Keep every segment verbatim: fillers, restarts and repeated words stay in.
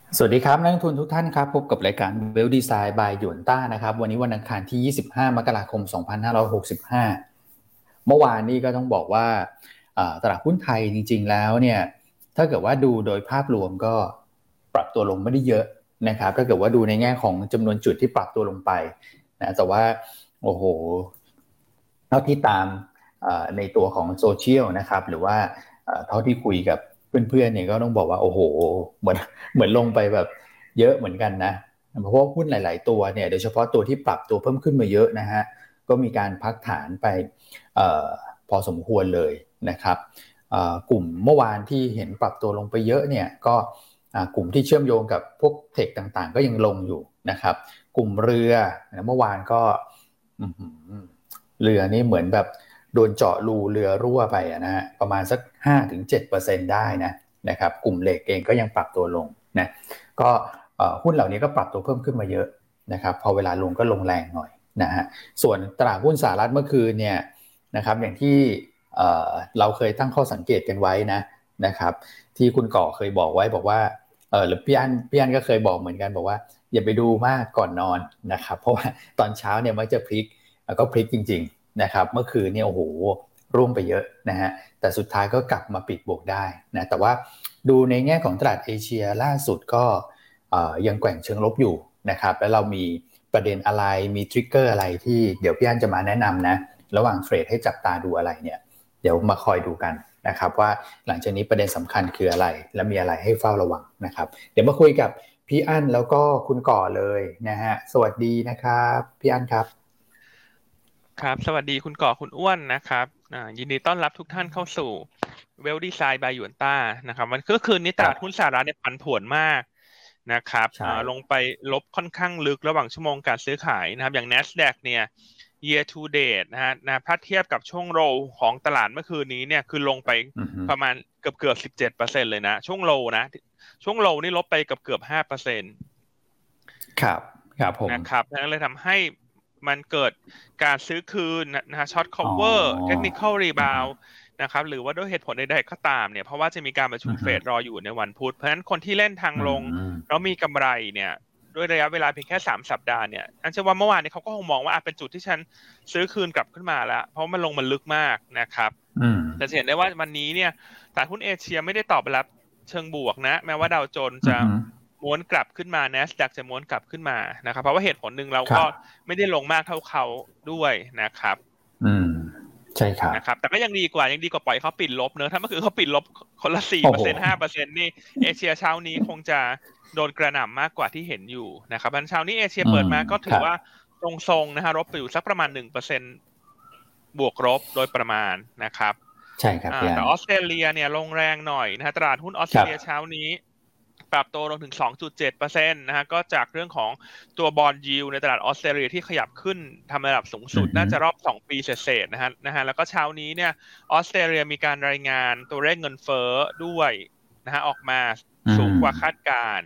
สวัสดีครับนักลงทุนทุกท่านครับพบกับรายการ Wealth Design by หยวนต้านะครับวันนี้วันอังคารที่ยี่สิบห้ามกราคมสองพันห้าร้อยหกสิบห้าเมื่อวานนี้ก็ต้องบอกว่าตลาดหุ้นไทยจริงๆแล้วเนี่ยถ้าเกิดว่าดูโดยภาพรวมก็ปรับตัวลงไม่ได้เยอะนะครับถ้าเกิดว่าดูในแง่ของจำนวนจุดที่ปรับตัวลงไปนะแต่ว่าโอ้โหเท่าที่ตามในตัวของโซเชียลนะครับหรือว่าเท่าที่คุยกับเพื่อนๆเนี่ยก็ต้องบอกว่าโอ้โหเหมือนเหมือนลงไปแบบเยอะเหมือนกันนะเพราะว่าหุ้นหลายๆตัวเนี่ยโดยเฉพาะตัวที่ปรับตัวเพิ่มขึ้นมาเยอะนะฮะก็มีการพักฐานไปออพอสมควรเลยนะครับกลุ่มเมื่อวานที่เห็นปรับตัวลงไปเยอะเนี่ยก็กลุ่มที่เชื่อมโยงกับพวกเทคต่างๆก็ยังลงอยู่นะครับกลุ่มเรือเมื่อวานก็เรือนี่เหมือนแบบโดนเจาะรูเรือรั่วไปนะฮะประมาณสัก ห้าถึงเจ็ดเปอร์เซ็นต์ ได้นะนะครับกลุ่มเหล็กเองก็ยังปรับตัวลงนะก็หุ้นเหล่านี้ก็ปรับตัวเพิ่มขึ้นมาเยอะนะครับพอเวลาลงก็ลงแรงหน่อยนะฮะส่วนตลาดหุ้นสหรัฐเมื่อคืนเนี่ยนะครับอย่างที่เอ่อเราเคยตั้งข้อสังเกตกันไว้นะนะครับที่คุณก่อเคยบอกไว้บอกว่าเออหรือพี่อันพี่อันก็เคยบอกเหมือนกันบอกว่าอย่าไปดูมากก่อนนอนนะครับเพราะว่าตอนเช้าเนี่ยมักจะพลิกแล้วก็พลิกจริงๆนะครับเมื่อคืนเนี่ยโอ้โหร่วงไปเยอะนะฮะแต่สุดท้ายก็กลับมาปิดบวกได้นะแต่ว่าดูในแง่ของตลาดเอเชียล่าสุดก็ยังแกว่งเชิงลบอยู่นะครับแล้วเรามีประเด็นอะไรมีทริกเกอร์อะไรที่เดี๋ยวพี่อันจะมาแนะนำนะระหว่างเทรดให้จับตาดูอะไรเนี่ยเดี๋ยวมาคอยดูกันนะครับว่าหลังจากนี้ประเด็นสำคัญคืออะไรและมีอะไรให้เฝ้าระวังนะครับเดี๋ยวมาคุยกับพี่อั้นแล้วก็คุณก่อเลยนะฮะสวัสดีนะครับพี่อั้นครับครับสวัสดีคุณก่อคุณอ้วนนะครับอ่ายินดีต้อนรับทุกท่านเข้าสู่ Well Design by หยวนต้านะครับมันก็คืนนี้ตลาดหุ้นสหรัฐเนี่ยผันผวนมากนะครับใช่อ่าลงไปลบค่อนข้างลึกระหว่างชั่วโมงการซื้อขายนะครับอย่าง NASDAQ เนี่ย year to date นะฮะนะถ้าเทียบกับช่วงโลของตลาดเมื่อคืนนี้เนี่ยคือลงไปประมาณเกือบเกือบสิบเจ็ดเปอร์เซ็นต์เลยนะช่วงโลนะช่วงโลนี่ลบไปเกือบเกือบห้าเปอร์เซ็นต์ครับครับผมนะครับนั่นเลยทำให้มันเกิดการซื้อคืนนะฮะช็อตอ๋อ cover technical rebound นะครับหรือว่าด้วยเหตุผลใดๆก็ตามเนี่ยเพราะว่าจะมีการประชุมเฟดรออยู่ในวันพุธเพราะฉะนั้นคนที่เล่นทางลงแล้วมีกำไรเนี่ยด้วยระยะเวลาเพียงแค่สามสัปดาห์เนี่ยอันเชื่อว่าเมื่อวานนี้เขาก็คงมองว่าเป็นจุดที่ฉันซื้อคืนกลับขึ้นมาแล้วเพราะมันลงมันลึกมากนะครับแต่จะเห็นได้ว่าวันนี้เนี่ยตลาดหุ้นเอเชียไม่ได้ตอบรับเชิงบวกนะแม้ว่าดาวโจนส์จะม้วนกลับขึ้นมา NASDAQ จะม้วนกลับขึ้นมานะครับเพราะว่าเหตุผลหนึ่งเราก็ไม่ได้ลงมากเท่าเขาด้วยนะครับอืมใช่ครับนะครับแต่ก็ยังดีกว่ายังดีกว่าปล่อยเขาปิดลบเนอะถ้าเมื่อคืนเขาปิดลบคนละสี่เปอร์เซ็นต์ห้าเปอร์เซ็นต์นี่เอเชียเช้านี้คงจะโดนกระหน่ำมากกว่าที่เห็นอยู่นะครับวันเช้านี้เอเชียเปิดมาก็ถือว่าทรงๆนะฮะลบไปอยู่สักประมาณหนึ่งเปอร์เซ็นต์บวกลบโดยประมาณนะครับใช่ครับแต่ออสเตรเลียเนี่ยลงแรงหน่อยนะฮะตลาดหุ้นออสเตรเลียเช้านี้ปรับตัวลงถึง สองจุดเจ็ดเปอร์เซ็นต์ นะฮะก็จากเรื่องของตัวบอนด์ยิลด์ในตลาดออสเตรเลียที่ขยับขึ้นทำระดับสูงสุดน่าจะรอบสองปีเศษๆนะฮะนะฮะแล้วก็เช้านี้เนี่ยออสเตรเลียมีการรายงานตัวเลขเงินเฟ้อด้วยนะฮะออกมาสูงกว่าคาดการณ์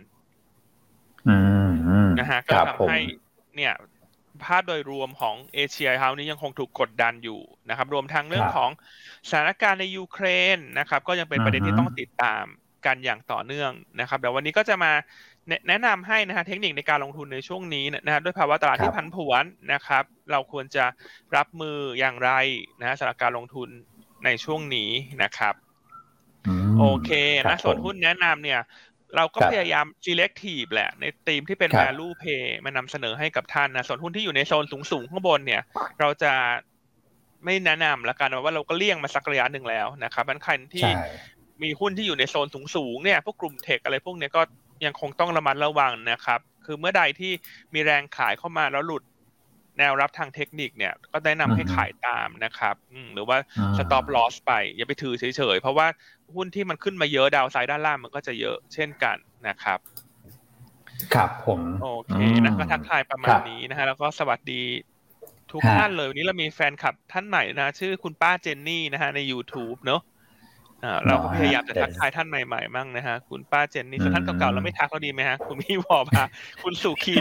นะฮะก็ทำให้เนี่ยภาพโดยรวมของเอเชียเช้านี้ยังคงถูกกดดันอยู่นะครับรวมทั้งเรื่องของสถานการณ์ในยูเครนนะครับก็ยังเป็นประเด็นที่ต้องติดตามกันอย่างต่อเนื่องนะครับเดี๋ยววันนี้ก็จะมาแนะนำให้นะฮะเทคนิคในการลงทุนในช่วงนี้นะฮะด้วยภาวะตลาดที่ผันผวนนะครับเราควรจะรับมืออย่างไรนะฮะสำหรับการลงทุนในช่วงนี้นะครับโอเคนะส่วนหุ้นแนะนำเนี่ยเราก็พยายาม selective แหละในธีมที่เป็น value play มานำเสนอให้กับท่านนะส่วนหุ้นที่อยู่ในโซนสูงๆข้างบนเนี่ยเราจะไม่แนะนำละกันว่าเราก็เลี่ยงมาสักระยะหนึ่งแล้วนะครับมันใครที่มีหุ้นที่อยู่ในโซนสูงๆเนี่ยพวกกลุ่มเทคอะไรพวกนี้ก็ยังคงต้องระมัดระวังนะครับคือเมื่อใดที่มีแรงขายเข้ามาแล้วหลุดแนวรับทางเทคนิคเนี่ยก็แนะนำให้ขายตามนะครับหรือว่า stop loss ไปอย่าไปถือเฉยๆเพราะว่าหุ้นที่มันขึ้นมาเยอะดาวไซด์ด้านล่างมันก็จะเยอะเช่นกันนะครับครับผมโอเคนะก็ทักทายประมาณนี้นะฮะแล้วก็สวัสดีทุกท่านเลยวันนี้เรามีแฟนคลับท่านใหม่นะชื่อคุณป้าเจนนี่นะฮะใน YouTube เนอะเราก็พยายามจะทักทายท่านใหม่ๆมั่งนะฮะคุณป้าเจนนี่ส่วนท่านเก่าๆเราไม่ทักเขาดีไหมฮะคุณพี่วอพาคุณสุขิน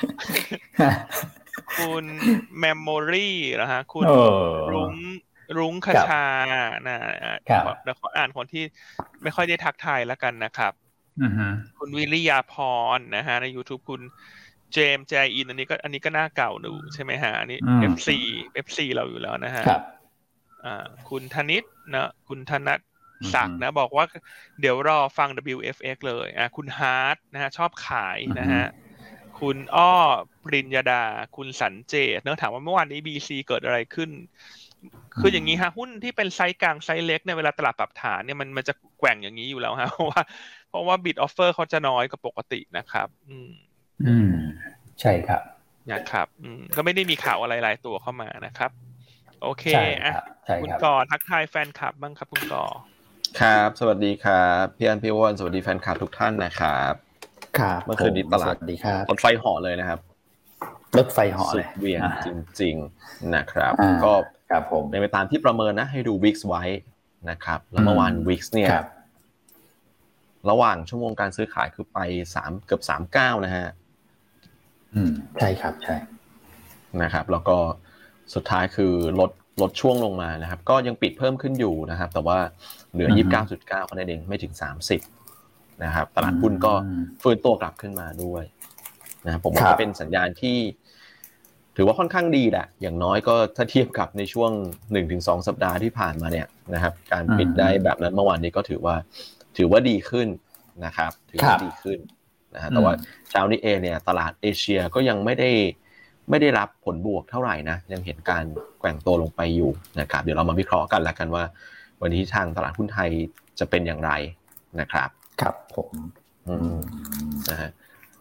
คุณเมมโมรี่นะฮะคุณรุ้งรุ้งคชานะเดี๋ยวขออ่านคนที่ไม่ค่อยได้ทักทายแล้วกันนะครับอือฮึคุณวิริยาพรนะฮะใน YouTube คุณเจมส์แจอินอันนี้ก็อันนี้ก็น่าเก่าดูใช่ไหมฮะอันนี้อืมเอฟ ซี เอฟ ซี เราอยู่แล้วนะฮะครับอ่าคุณธนิตนะคุณธนัทอือฮึศักดิ์นะบอกว่าเดี๋ยวรอฟัง ดับเบิลยู เอฟ เอ็กซ์ เลยอ่าคุณฮาร์ดนะฮะชอบขายอือฮึนะฮะคุณอ้อปริญญาดาคุณสันเจตเนื้อถามว่าเมื่อวานนี้ บี ซี เกิดอะไรขึ้นคืออย่างนี้ฮะหุ้นที่เป็นไซส์กลางไซส์เล็กในเวลาตลาดปรับฐานเนี่ยมันมันจะแกว่งอย่างนี้อยู่แล้วฮะเพราะว่าเพราะว่าบิดออฟเฟอร์เขาจะน้อยกว่าปกตินะครับอืมอืมใช่ครับนะครับอืมก็ไม่ได้มีข่าวอะไรหลายตัวเข้ามานะครับโอเคใช่คอ่ะรับใช่ครับคุณก่อทักทายแฟนคลับบ้างครับคุณก่อครับสวัสดีครับพี่อันพี่อ้วนสวัสดีแฟนคลับทุกท่านนะครับครับเมื่อคืนนี้ตลาดสวัสดีครับรถไฟเหาะเลยนะครับรถไฟเหาะสุเลยดเวียงจริงๆนะครับอ่าก็ครับผมเป็นไปตามที่ประเมินนะให้ดู วี ไอ เอ็กซ์ ไว้นะครับแล้วเมื่อวาน วี ไอ เอ็กซ์ เนี่ยระหว่างชั่วโมงการซื้อขายคือไปสามเกือบสามสิบเก้านะฮะอืมใช่ครับใช่นะครับแล้วก็สุดท้ายคือลดลดช่วงลงมานะครับก็ยังปิดเพิ่มขึ้นอยู่นะครับแต่ว่าเหลือ ยี่สิบเก้าจุดเก้า คะแนนเองไม่ถึงสามสิบนะครับตลาดหุ้นก็ฟื้นตัวกลับขึ้นมาด้วยนะผมว่าก็เป็นสัญญาณที่ถือว่าค่อนข้างดีแหละอย่างน้อยก็ถ้าเทียบกับในช่วง หนึ่งถึงสอง สัปดาห์ที่ผ่านมาเนี่ยนะครับการปิดได้แบบนั้นเมื่อวานนี้ก็ถือว่าถือว่าดีขึ้นนะครับถือว่าดีขึ้นนะฮะแต่ว่าเช้านี้เองเนี่ยตลาดเอเชียก็ยังไม่ได้ไม่ได้รับผลบวกเท่าไหร่นะยังเห็นการแกว่งตัวลงไปอยู่นะครับเดี๋ยวเรามาวิเคราะห์กันแล้วกันว่าวันนี้ทางตลาดหุ้นไทยจะเป็นอย่างไรนะครับครับผมอืมนะฮะ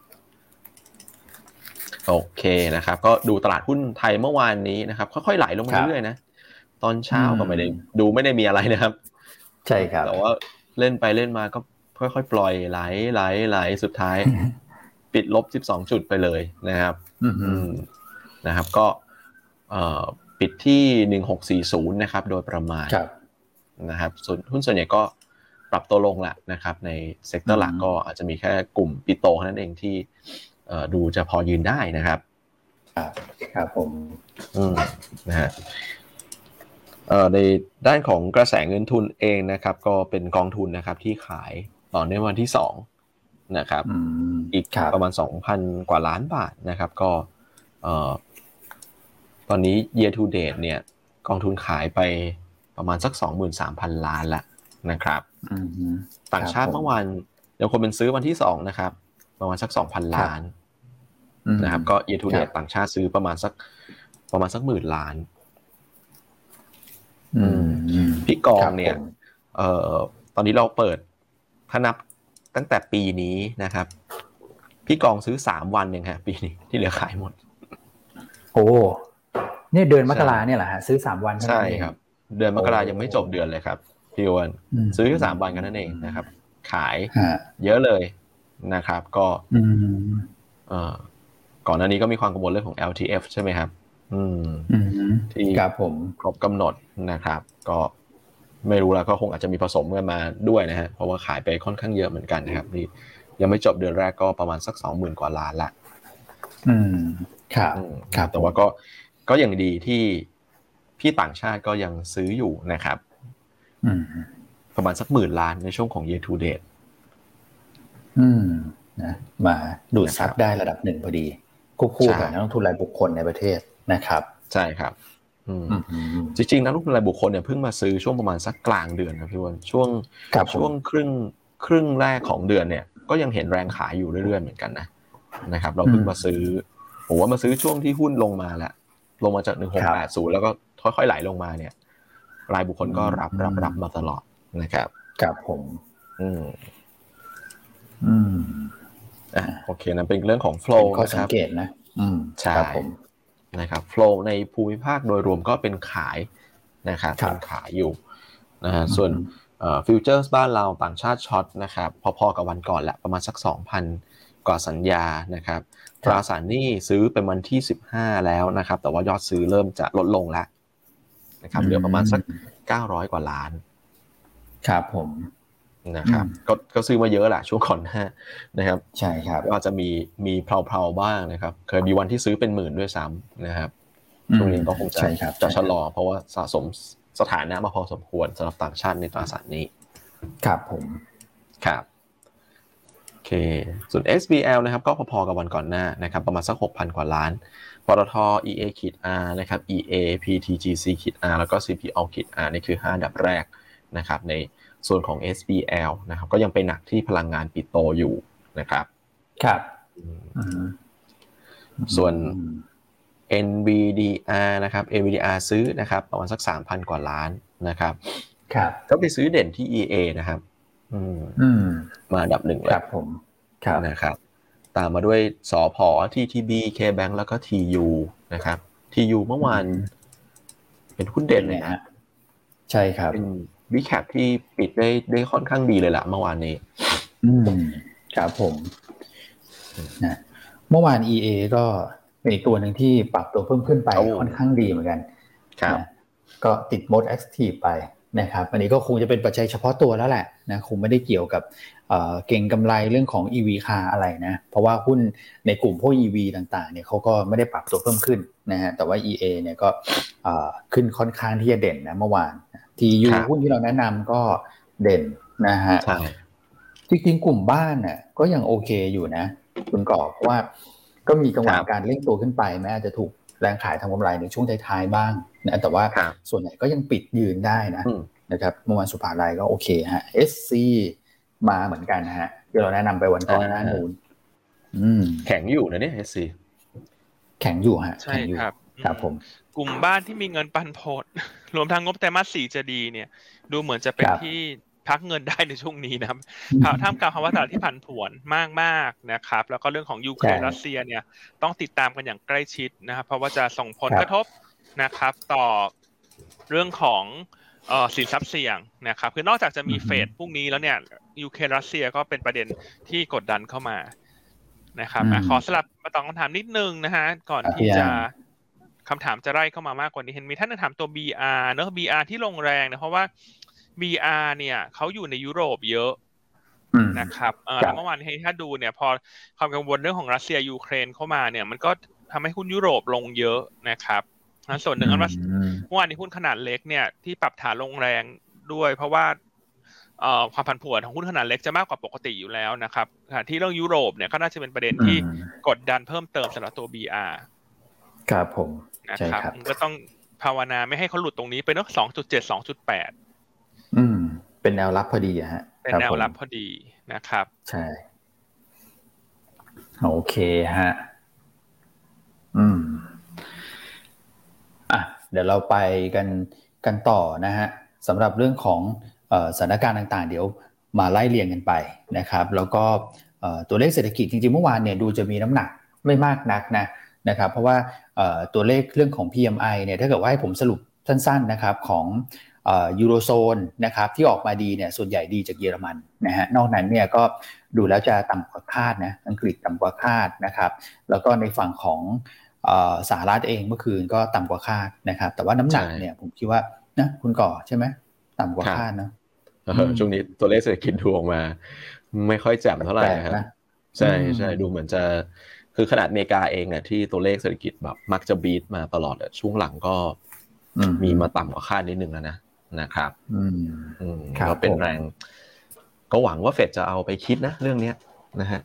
โอเคนะครับก็ดูตลาดหุ้นไทยเมื่อวานนี้นะครับค่อยๆไหลลงมาเรื่อยๆนะตอนเช้าก็ไม่ได้ดูไม่ได้มีอะไรนะครับใช่ครับแต่ว่าเล่นไปเล่นมาก็ค่อยๆปล่อยไหลไหลไหลสุดท้ายปิดลบสิบสองจุดไปเลยนะครับอืมนะครับก็เอ่อปิดที่หนึ่งพันหกร้อยสี่สิบนะครับโดยประมาณนะครับส่วนหุ้นส่วนใหญ่ก็ปรับตัวลงแหละนะครับในเซกเตอร์หลักก็อาจจะมีแค่กลุ่มปิโตนั่นเองที่ดูจะพอยืนได้นะครับครับครับผมอืมนะฮะเอ่อในด้านของกระแสเงินทุนเองนะครับก็เป็นกองทุนนะครับที่ขายต่อในวันที่สองนะครับอีกประมาณ สองพัน กว่าล้านบาทนะครับก็เอ่อตอนนี้ year to date เนี่ยกองทุนขายไปประมาณสัก สองหมื่นสามพัน ล้านละนะครับต่างชาติเมื่อวานยังคงเป็นซื้อวันที่สองนะครับประมาณสัก สองพัน ล้านนะครับก็ year to date ต่างชาติซื้อประมาณสักประมาณสักหมื่นล้านพี่กองเนี่ยเอ่อตอนนี้เราเปิดถ้านับตั้งแต่ปีนี้นะครับพี่กองซื้อสามวันเองฮะปีนี้ที่เหลือขายหมดโอ้เนี่ยเดือนมกราเนี่ยแหละฮะซื้อสามวันใช่ครับเดือนมกรายังไม่จบเดือนเลยครับพี่อ้วนซื้อแค่สามวันกันนั่นเองนะครับขายเยอะเลยนะครับก็เอ่อก่อนหน้านี้ก็มีความกังวลเรื่องของ แอล ที เอฟ ใช่ไหมครับอืมที่ครบกำหนดนะครับก็ไม่รู้แล้วก็คงอาจจะมีผสมกันมาด้วยนะฮะเพราะว่าขายไปค่อนข้างเยอะเหมือนกันนะครับนี่ยังไม่จบเดือนแรกก็ประมาณสัก สองหมื่น กว่าล้านละอืมครับครับแต่ว่าก็ก็ยังดีที่พี่ต่างชาติก็ยังซื้ออยู่นะครับอืมประมาณสักหมื่นล้านในช่วงของ year to date อืมนะมาดูดซับได้ระดับหนึ่งพอดีควบคู่กับนักลงทุนรายบุคคลในประเทศนะครับใช่ครับจริงๆนักลงทุนรายบุคคลเนี่ยเพิ่งมาซื้อช่วงประมาณสักกลางเดือนนะพี่วอนช่วงช่วงครึ่งครึ่งแรกของเดือนเนี่ยก็ยังเห็นแรงขายอยู่เรื่อยๆเหมือนกันนะนะครับเราเพิ่งมาซื้อผมว่ามาซื้อช่วงที่หุ้นลงมาแล้วลงมาจากหนึ่งพันหกร้อยแปดสิบแล้วก็ค่อยๆไหลลงมาเนี่ยรายบุคคลก็รับรับรับมาตลอดนะครับครับผมอืมอืมอ่ะโอเคนะเป็นเรื่องของ flow ข้อสังเกตนะอืมใช่นะครับ flow ในภูมิภาคโดยรวมก็เป็นขายนะครับเป็นขายอยู่นะฮะส่วนเอ่อฟิวเจอร์สบ้านเราต่างชาติช็อตนะครับพอๆกับวันก่อนแหละประมาณสัก สองพัน กว่าสัญญานะครับตราสารหนี้ซื้อเป็นวันที่สิบห้าแล้วนะครับแต่ว่ายอดซื้อเริ่มจะลดลงแล้วนะครับเหลือประมาณสักเก้าร้อยกว่าล้านครับผมนะครับก็ก็ซื้อมาเยอะแหละช่วงก่อนหน้านะครับใช่ครับก็จะมีมีเพลาๆบ้างนะครับเคยมีวันที่ซื้อเป็นหมื่นด้วยซ้ำนะครับช่วงนี้ก็คงจะจะชะลอเพราะว่าสะสมสถานะมาพอสมควรสำหรับต่างชาติในตราสารนี้ครับผมครับส่วน เอส บี แอล นะครับก็พอๆกับวันก่อนหน้านะครับประมาณสัก หกพัน กว่าล้านปตท อี เอ R นะครับ อี เอ พี ที จี ซี R แล้วก็ ซี พี แอล R นี่คือห้าอันดับแรกนะครับในส่วนของ เอส บี แอล นะครับก็ยังเป็นหนักที่พลังงานปิโตรอยู่นะครับครับส่วน เอ็น วี ดี อาร์ นะครับ เอ็น วี ดี อาร์ ซื้อนะครับประมาณสัก สามพัน กว่าล้านนะครับครับก็ไปซื้อเด่นที่ อี เอ นะครับอืมอืมมาอันดับหนึ่งเลยครับผมครับนะครับตามมาด้วยสผ ที ที บี K-Bank แล้วก็ ที ยู นะครับ ที ยู เมื่อวานเป็นหุ้นเด่นเลยนะใช่ครับเป็น Recap ที่ปิดได้ได้ค่อนข้างดีเลยล่ะเมื่อวานนี้อืมครับผมนะเมื่อวาน อี เอ ก็เป็นอีกตัวหนึ่งที่ปรับตัวเพิ่มขึ้นไปค่อนข้างดีเหมือนกันนะก็ติด Mode Active ไปนะครับอันนี้ก็คงจะเป็นปัจจัยเฉพาะตัวแล้วแหละนะคงไม่ได้เกี่ยวกับเอ่อเก่งกำไรเรื่องของ อี วี Car อะไรนะเพราะว่าหุ้นในกลุ่มพวก อี วี ต่างๆเนี่ยเขาก็ไม่ได้ปรับตัวเพิ่มขึ้นนะฮะแต่ว่า อี เอ เนี่ยก็เอ่อขึ้นค่อนข้างที่จะเด่นนะเมื่อวาน ที ยู หุ้นที่เราแนะนำก็เด่นนะฮะใช่จริงๆกลุ่มบ้านน่ะก็ยังโอเคอยู่นะคุณก่อเพราะว่าก็มีจังหวะการเร่งตัวขึ้นไปแม้อาจจะถูกแรงขายทำกำไรในช่วงท้ายๆบ้างนะแต่ว่าส่วนใหญ่ก็ยังปิดยืนได้นะนะครับเมื่อวานสุภาลัยก็โอเคฮะ เอส ซี มาเหมือนกันนะฮะที่เราแนะนำไปวันก่อนหน้านู้นแข็งอยู่นะเนี่ย เอส ซีแข็งอยู่ฮะใช่ครับครับผมกลุ่มบ้านที่มีเงินปันผลรวมทั้งงบไตรมาสสี่จะดีเนี่ยดูเหมือนจะเป็นที่พักเงินได้ในช่วงนี้นะครับท่ามกลางภาวะตลาดที่ผันผวนมากๆนะครับแล้วก็เรื่องของยูเครนรัสเซียเนี่ยต้องติดตามกันอย่างใกล้ชิดนะครับเพราะว่าจะส่งผลกระทบนะครับต่อเรื่องของเอ่อสินทรัพย์เสี่ยงนะครับคือนอกจากจะมีเฟดพรุ่งนี้แล้วเนี่ยยูเครนรัสเซียก็เป็นประเด็นที่กดดันเข้ามานะครับขอสลับมาตอบคำถามนิดนึงนะฮะก่อนที่จะคำถามจะไล่เข้ามามากกว่านี้เห็นมีท่านนึงถามตัว บี อาร์ เนอะ บี อาร์ ที่ลงแรงนะเพราะว่า บี อาร์ เนี่ยเขาอยู่ในยุโรปเยอะนะครับเออแล้วเมื่อวานที่ถ้าดูเนี่ยพอความกังวลเรื่องของรัสเซียยูเครนเข้ามาเนี่ยมันก็ทำให้หุ้นยุโรปลงเยอะนะครับส่วนหนึ่งอันว่าเมื่อวานนี้หุ้นขนาดเล็กเนี่ยที่ปรับฐานลงแรงด้วยเพราะว่าเอ่อความผันผวนของหุ้นขนาดเล็กจะมากกว่าปกติอยู่แล้วนะครับที่เรื่องยุโรปเนี่ยก็น่าจะเป็นประเด็นที่กดดันเพิ่มเติมสำหรับตัว บี อาร์ครับผมนะครับก็ต้องภาวนาไม่ให้เขาหลุดตรงนี้ไปเนาะ สองจุดเจ็ด สองจุดแปดอืมเป็นแนวรับพอดีอะฮะเป็นแนวรับพอดีนะครับใช่โอเคฮะอืมอ่ะเดี๋ยวเราไปกันกันต่อนะฮะสำหรับเรื่องของเอ่อสถานการณ์ต่างๆเดี๋ยวมาไล่เรียงกันไปนะครับแล้วก็เอ่อตัวเลขเศรษฐกิจจริงๆเมื่อวานเนี่ยดูจะมีน้ำหนักไม่มากนักนะนะครับเพราะว่าเอ่อตัวเลขเรื่องของ พี เอ็ม ไอ เนี่ยถ้าเกิดว่าให้ผมสรุปสั้นๆนะครับของเอ่อยูโรโซนนะครับที่ออกมาดีเนี่ยส่วนใหญ่ดีจากเยอรมันนะฮะนอกนั้นเนี่ยก็ดูแล้วจะต่ำกว่าคาดนะอังกฤษต่ำกว่าคาดนะครับแล้วก็ในฝั่งของเอ่อสหรัฐเองเมื่อคืนก็ต่ำกว่าคาดนะครับแต่ว่าน้ำหนักเนี่ยผมคิดว่านะคุณก่อใช่ไหมต่ำกว่าคาดนะช่วงนี้ตัวเลขเศรษฐกิจดูออกมาไม่ค่อยแจ่มเท่าไหร่นะครับใช่ใช่ดูเหมือนจะคือขนาดอเมริกาเองเนี่ยที่ตัวเลขเศรษฐกิจแบบมักจะบีทมาตลอดช่วงหลังก็มีมาต่ำกว่าคาดนิดนึงแล้วนะนะครับอืมก็เป็นแรงก็หวังว่าเฟดจะเอาไปคิดนะเรื่องนี้นะฮะ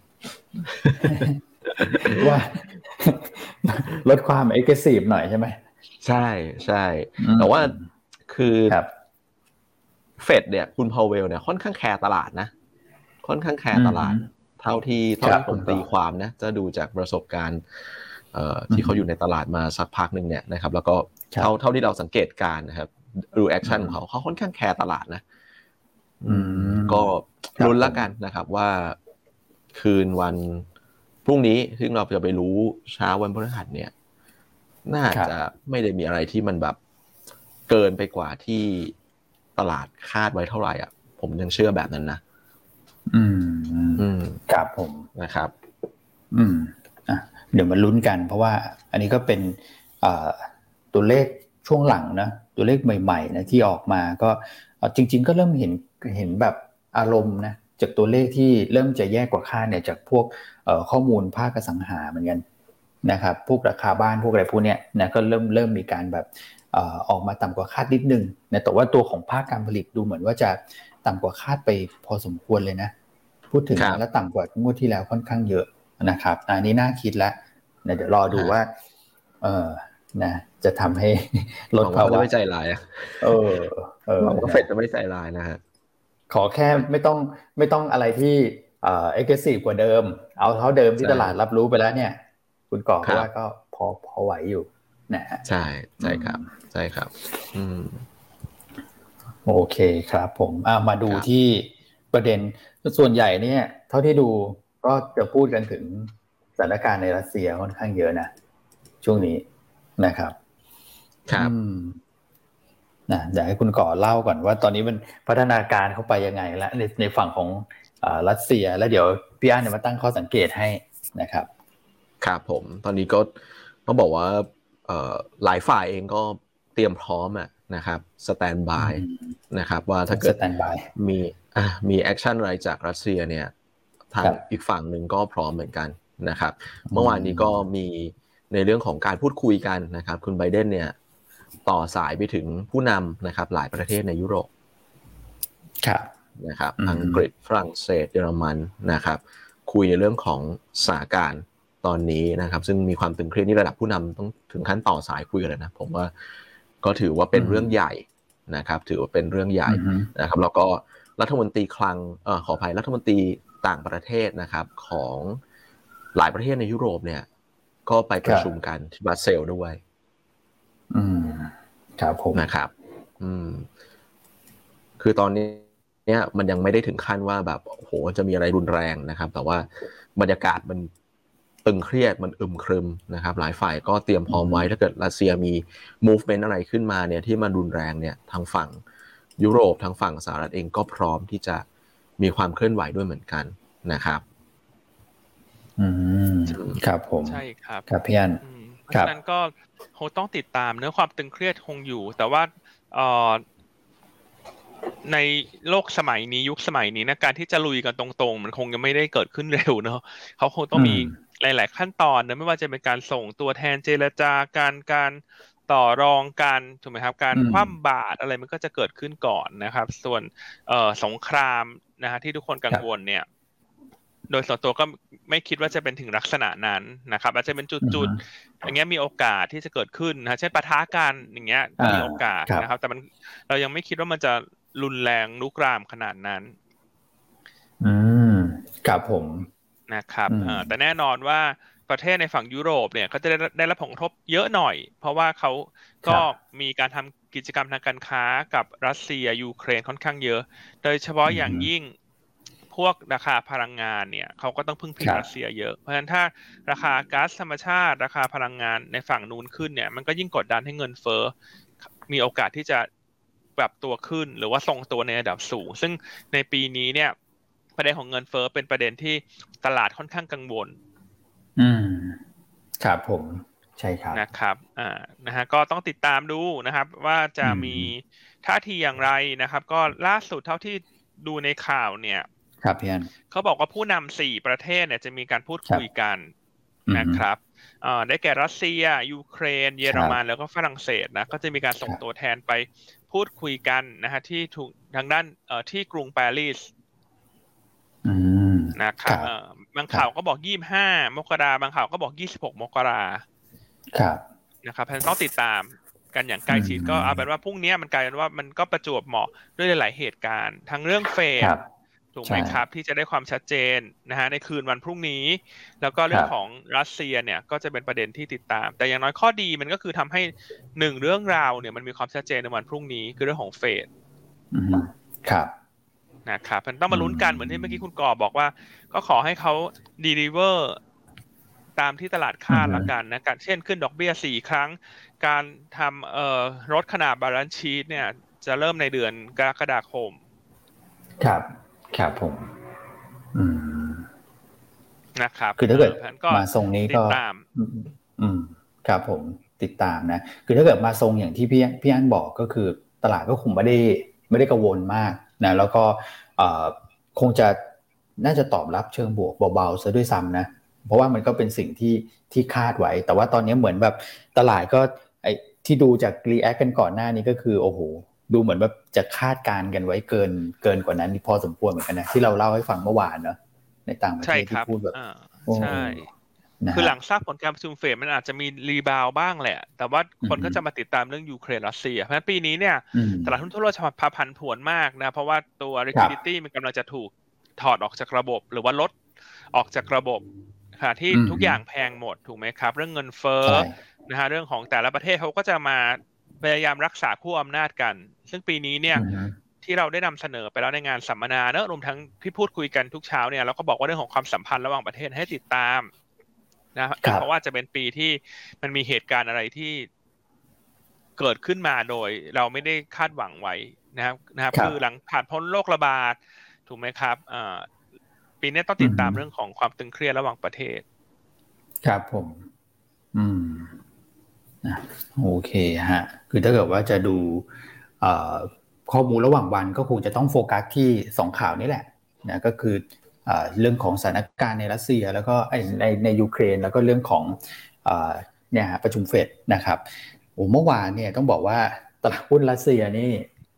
ว่าลดความ aggressive หน่อยใช่ไหมใช่ใช่แต่ว่าคือเฟดเนี่ยคุณพาวเวลเนี่ยค่อนข้างแคร์ตลาดนะค่อนข้างแคร์ตลาดเท่าที่เท่าที่ผมตีความนะจะดูจากประสบการณ์เอ่อที่เขาอยู่ในตลาดมาสักพักนึงเนี่ยนะครับแล้วก็เท่าเท่าที่เราสังเกตการนะครับดูแอคชั่นของเขาเขาค่อนข้างแคร์ตลาดนะก็ลุ้นละกันนะครับว่าคืนวันพรุ่งนี้ซึ่งเราจะไปรู้เช้าวันพฤหัสเนี่ยน่าจะไม่ได้มีอะไรที่มันแบบเกินไปกว่าที่ตลาดคาดไว้เท่าไหร่อ่ะผมยังเชื่อแบบนั้นนะอืมอืมครับผมนะครับอืมอ่ะเดี๋ยวมาลุ้นกันเพราะว่าอันนี้ก็เป็นอ่าตัวเลขช่วงหลังนะตัวเลขใหม่ๆนะที่ออกมาก็จริงๆก็เริ่มเห็นเห็นแบบอารมณ์นะจากตัวเลขที่เริ่มจะแย่กว่าคาดเนี่ยจากพวกเอ่อข้อมูลภาคอสังหาเหมือนกันนะครับพวกราคาบ้านพวกอะไรพวกเนี้ยนะก็เริ่มเริ่มมีการแบบเอ่อออกมาต่ำกว่าคาดนิดนึงนะแต่ว่าตัวของภาคการผลิตดูเหมือนว่าจะต่ำกว่าคาดไปพอสมควรเลยนะพูดถึงแล้วต่ำกว่างวดที่แล้วค่อนข้างเยอะนะครับอันนี้น่าคิดแล้วนะเดี๋ยวรอดูว่าเออนะจะทำให้ลดภาวะไม่ใจร้ายเออเออก็เฟดจะไม่ใจร้ายนะฮะขอแค่ไม่ต้องไม่ต้องอะไรที่เอ่อ aggressive กว่าเดิมเอาเท่าเดิมที่ตลาดรับรู้ไปแล้วเนี่ยคุณก่อว่าก็พอพอไหวอยู่นะฮะใช่ใช่ครับใช่ครับอืมโอเคครับผมอ่ะมาดูที่ประเด็นส่วนใหญ่เนี่ยเท่าที่ดูก็จะพูดกันถึงสถานการณ์ในรัสเซียค่อนข้างเยอะนะช่วงนี้นะครับครับนะอยากให้คุณก่อเล่าก่อนว่าตอนนี้มันพัฒนาการเข้าไปยังไงแล้วในในฝั่งของอ่ารัสเซียแล้วเดี๋ยวพี่อั้นเนี่ยมาตั้งข้อสังเกตให้นะครับครับผมตอนนี้ก็ต้องบอกว่าเอ่อหลายฝ่ายเองก็เตรียมพร้อมอะนะครับสแตนบายนะครับว่าถ้าเกิดมีอ่ะมีแอคชั่นอะไรจากรัสเซียเนี่ยทางอีกฝั่งหนึ่งก็พร้อมเหมือนกันนะครับเมื่อวานนี้ก็มีในเรื่องของการพูดคุยกันนะครับคุณไบเดนเนี่ยต่อสายไปถึงผู้นำนะครับหลายประเทศในยุโรปนะครับอังกฤษฝรั่งเศสเยอรมันนะครับคุยในเรื่องของสถานการณ์ตอนนี้นะครับซึ่งมีความตึงเครียดนี่ระดับผู้นำต้องถึงขั้นต่อสายคุยกันเลยนะผมว่าก็ถือว่าเป็นเรื่องใหญ่นะครับถือว่าเป็นเรื่องใหญ่นะครับแล้วก็รัฐมนตรีคลังเอ่อขออภัยรัฐมนตรีต่างประเทศนะครับของหลายประเทศในยุโรปเนี่ยก็ไปประชุมกันที่บรัสเซลส์ด้วยอืมครับผมนะครับอืมคือตอนนี้เนี่ยมันยังไม่ได้ถึงขั้นว่าแบบโอ้โหจะมีอะไรรุนแรงนะครับแต่ว่าบรรยากาศมันตึงเครียดมันอึมครึมนะครับหลายฝ่ายก็เตรียมพร้อมไว้ถ้าเกิดรัสเซียมี movement อะไรขึ้นมาเนี่ยที่มันรุนแรงเนี่ยทางฝั่งยุโรปทางฝั่งสหรัฐเองก็พร้อมที่จะมีความเคลื่อนไหวด้วยเหมือนกันนะครับอืมครับผมใช่ครับครับพี่อั้นเพราะฉะนั้นก็คงต้องติดตามเนื้อความตึงเครียดคงอยู่แต่ว่าเอ่อในโลกสมัยนี้ยุคสมัยนี้นะการที่จะลุยกันตรงๆมันคงยังไม่ได้เกิดขึ้นเร็วเนาะเขาคงต้องมีหลายๆขั้นตอนนะไม่ว่าจะเป็นการส่งตัวแทนเจรจาการการต่อรองกันถูกไหมครับการคว่ำบาตรอะไรมันก็จะเกิดขึ้นก่อนนะครับส่วนเอ่อสงครามนะฮะที่ทุกคนกังวลเนี่ยโดยส่วนตัวก็ไม่คิดว่าจะเป็นถึงลักษณะนั้นนะครับอาจจะเป็นจุดๆอย่างเงี้ยมีโอกาสที่จะเกิดขึ้นนะเช่นปะทะกันอย่างเงี้ยมีโอกาสนะครับแต่มันเรายังไม่คิดว่ามันจะรุนแรงลุกรามขนาดนั้นอืมครับผมนะครับแต่แน่นอนว่าประเทศในฝั่งยุโรปเนี่ยเขาจะได้ได้รับผลกระทบเยอะหน่อยเพราะว่าเขาก็มีการทำกิจกรรมทางการค้ากับรัสเซียยูเครนค่อนข้างเยอะโดยเฉพาะอย่างยิ่งพวกราคาพลังงานเนี่ยเขาก็ต้องพึ่งพิงรัสเซียเยอะเพราะฉะนั้นถ้าราคาก๊าซธรรมชาติราคาพลังงานในฝั่งนู้นขึ้นเนี่ยมันก็ยิ่งกดดันให้เงินเฟ้อมีโอกาสที่จะปรับตัวขึ้นหรือว่าทรงตัวในระดับสูงซึ่งในปีนี้เนี่ยประเด็นของเงินเฟ้อเป็นประเด็นที่ตลาดค่อนข้างกังวลอืมครับผมใช่ครับนะครับอ่านะฮะก็ต้องติดตามดูนะครับว่าจะมีท่าทีอย่างไรนะครับก็ล่าสุดเท่าที่ดูในข่าวเนี่ยครับพี่อั้นเขาบอกว่าผู้นำสี่ประเทศเนี่ยจะมีการพูดคุยกันนะครับอ่าได้แก่รัสเซียยูเครนเยอรมันแล้วก็ฝรั่งเศสนะก็จะมีการส่งตัวแทนไปพูดคุยกันนะฮะที่ถูกทางด้านเอ่อที่กรุงปารีสนะครับบางข่าวก็บอกยี่สิบห้ามกราบางข่าวก็บอกยี่สิบหกมกราครับนะครับเพราะฉะนั้นต้องติดตามกันอย่างใกล้ชิดก็เอาเป็นว่าพรุ่งนี้มันกลายเป็นว่ามันก็ประจวบเหมาะด้วยหลายเหตุการณ์ทั้งเรื่องเฟดถูกไหมครับที่จะได้ความชัดเจนนะฮะในคืนวันพรุ่งนี้แล้วก็เรื่องของรัสเซียเนี่ยก็จะเป็นประเด็นที่ติดตามแต่อย่างน้อยข้อดีมันก็คือทำให้หนึ่งเรื่องราวเนี่ยมันมีความชัดเจนในวันพรุ่งนี้คือเรื่องของเฟดครับนะครับมันต้องมาลุ้นกันเหมือนที่เมื่อกี้คุณก่อบอกว่าก็ขอให้เขาดีลิเวอร์ตามที่ตลาดคาดละกันนะการเช่นขึ้นดอกเบี้ยสี่ครั้งการทำเอ่อลดขนาดบาลานซ์ชีทเนี่ยจะเริ่มในเดือนกรกฎาคมครับครับผมอืมนะครับคือถ้าเกิดมาทรงนี้ก็ติดตามอืมครับผมติดตามนะคือถ้าเกิดมาทรงอย่างที่พี่พี่อั้นบอกก็คือตลาดก็คงไม่ได้ไม่ได้กังวลมากนะแล้วก็เอ่อคงจะน่าจะตอบรับเชิงบวกเบาๆซะด้วยซ้ำนะเพราะว่ามันก็เป็นสิ่งที่ที่คาดไว้แต่ว่าตอนนี้เหมือนแบบตลาดก็ไอ้ที่ดูจากรีแอคกันก่อนหน้านี้ก็คือโอ้โหดูเหมือนแบบจะคาดการณ์กันไว้เกินเกินกว่านั้นพอสมควรเหมือนกันนะที่เราเล่าให้ฟังเมื่อวานเนาะในต่างประเทศที่พูดแบบใช่คือหลังทราบผลการประชุมเฟดมันอาจจะมีรีบาวบ้างแหละแต่ว่าคนก็จะมาติดตามเรื่องยูเครนรัสเซียเพราะฉะนั้นปีนี้เนี่ยตลาดหุ้นทั่วโลกจะผันผวนมากนะเพราะว่าตัว liquidity มันกำลังจะถูกถอดออกจากระบบหรือว่าลดออกจากระบบค่ะที่ทุกอย่างแพงหมดถูกไหมครับเรื่องเงินเฟ้อนะฮะเรื่องของแต่ละประเทศเขาก็จะมาพยายามรักษาขั้วอำนาจกันซึ่งปีนี้เนี่ยที่เราได้นำเสนอไปแล้วในงานสัมมนาเนอะรวมทั้งที่พูดคุยกันทุกเช้าเนี่ยเราก็บอกว่าเรื่องของความสัมพันธ์ระหว่างประเทศให้ติดตามนะเพราะว่าจะเป็นปีที่มันมีเหตุการณ์อะไรที่เกิดขึ้นมาโดยเราไม่ได้คาดหวังไว้นะครับนะครับคือหลังผ่านพ้นโรคระบาดถูกไหมครับปีนี้ต้องติดตามเรื่องของความตึงเครียดระหว่างประเทศครับผมอืมโอเคฮะคือถ้าเกิดว่าจะดูข้อมูลระหว่างวันก็คงจะต้องโฟกัสที่สองข่าวนี้แหละนะก็คือเรื่องของสถานการณ์ในรัสเซียแล้วก็ในในยูเครนแล้วก็เรื่องของเนี่ยประชุมเฟดนะครับโอ้เมื่อวานเนี่ยต้องบอกว่าตลาดหุ้นรัสเซียนี่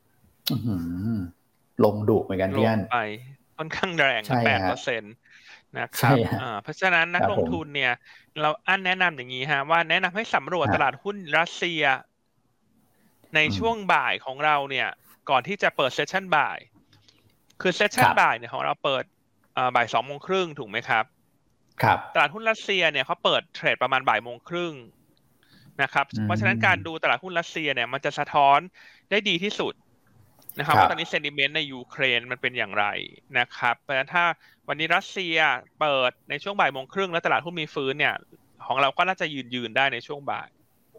ลงดุเหมือนกันพี่อั้นไปค่อนข้างแรง แปดเปอร์เซ็นต์ นะครับเพราะฉะนั้นนักลงทุนเนี่ยเราอันแนะนำอย่างนี้ฮะว่าแนะนำให้สำรวจตลาดหุ้นรัสเซียในช่วงบ่ายของเราเนี่ยก่อนที่จะเปิดเซสชั่นบ่ายคือเซสชั่นบ่ายเนี่ยของเราเปิดบ่ายสองโมงครึ่งถูกไหมครับครับตลาดหุ้นรัสเซียเนี่ยเขาเปิดเทรดประมาณบ่ายโมงครึ่งนะครับเพราะฉะนั้นการดูตลาดหุ้นรัสเซียเนี่ยมันจะสะท้อนได้ดีที่สุดนะครับว่าตอนนี้เซนติเมนต์ในยูเครนมันเป็นอย่างไรนะครับเพราะฉะนั้นถ้าวันนี้รัสเซียเปิดในช่วงบ่ายโมงครึ่งแล้วตลาดหุ้นมีฟื้นเนี่ยของเราก็น่าจะยืนยืนได้ในช่วงบ่าย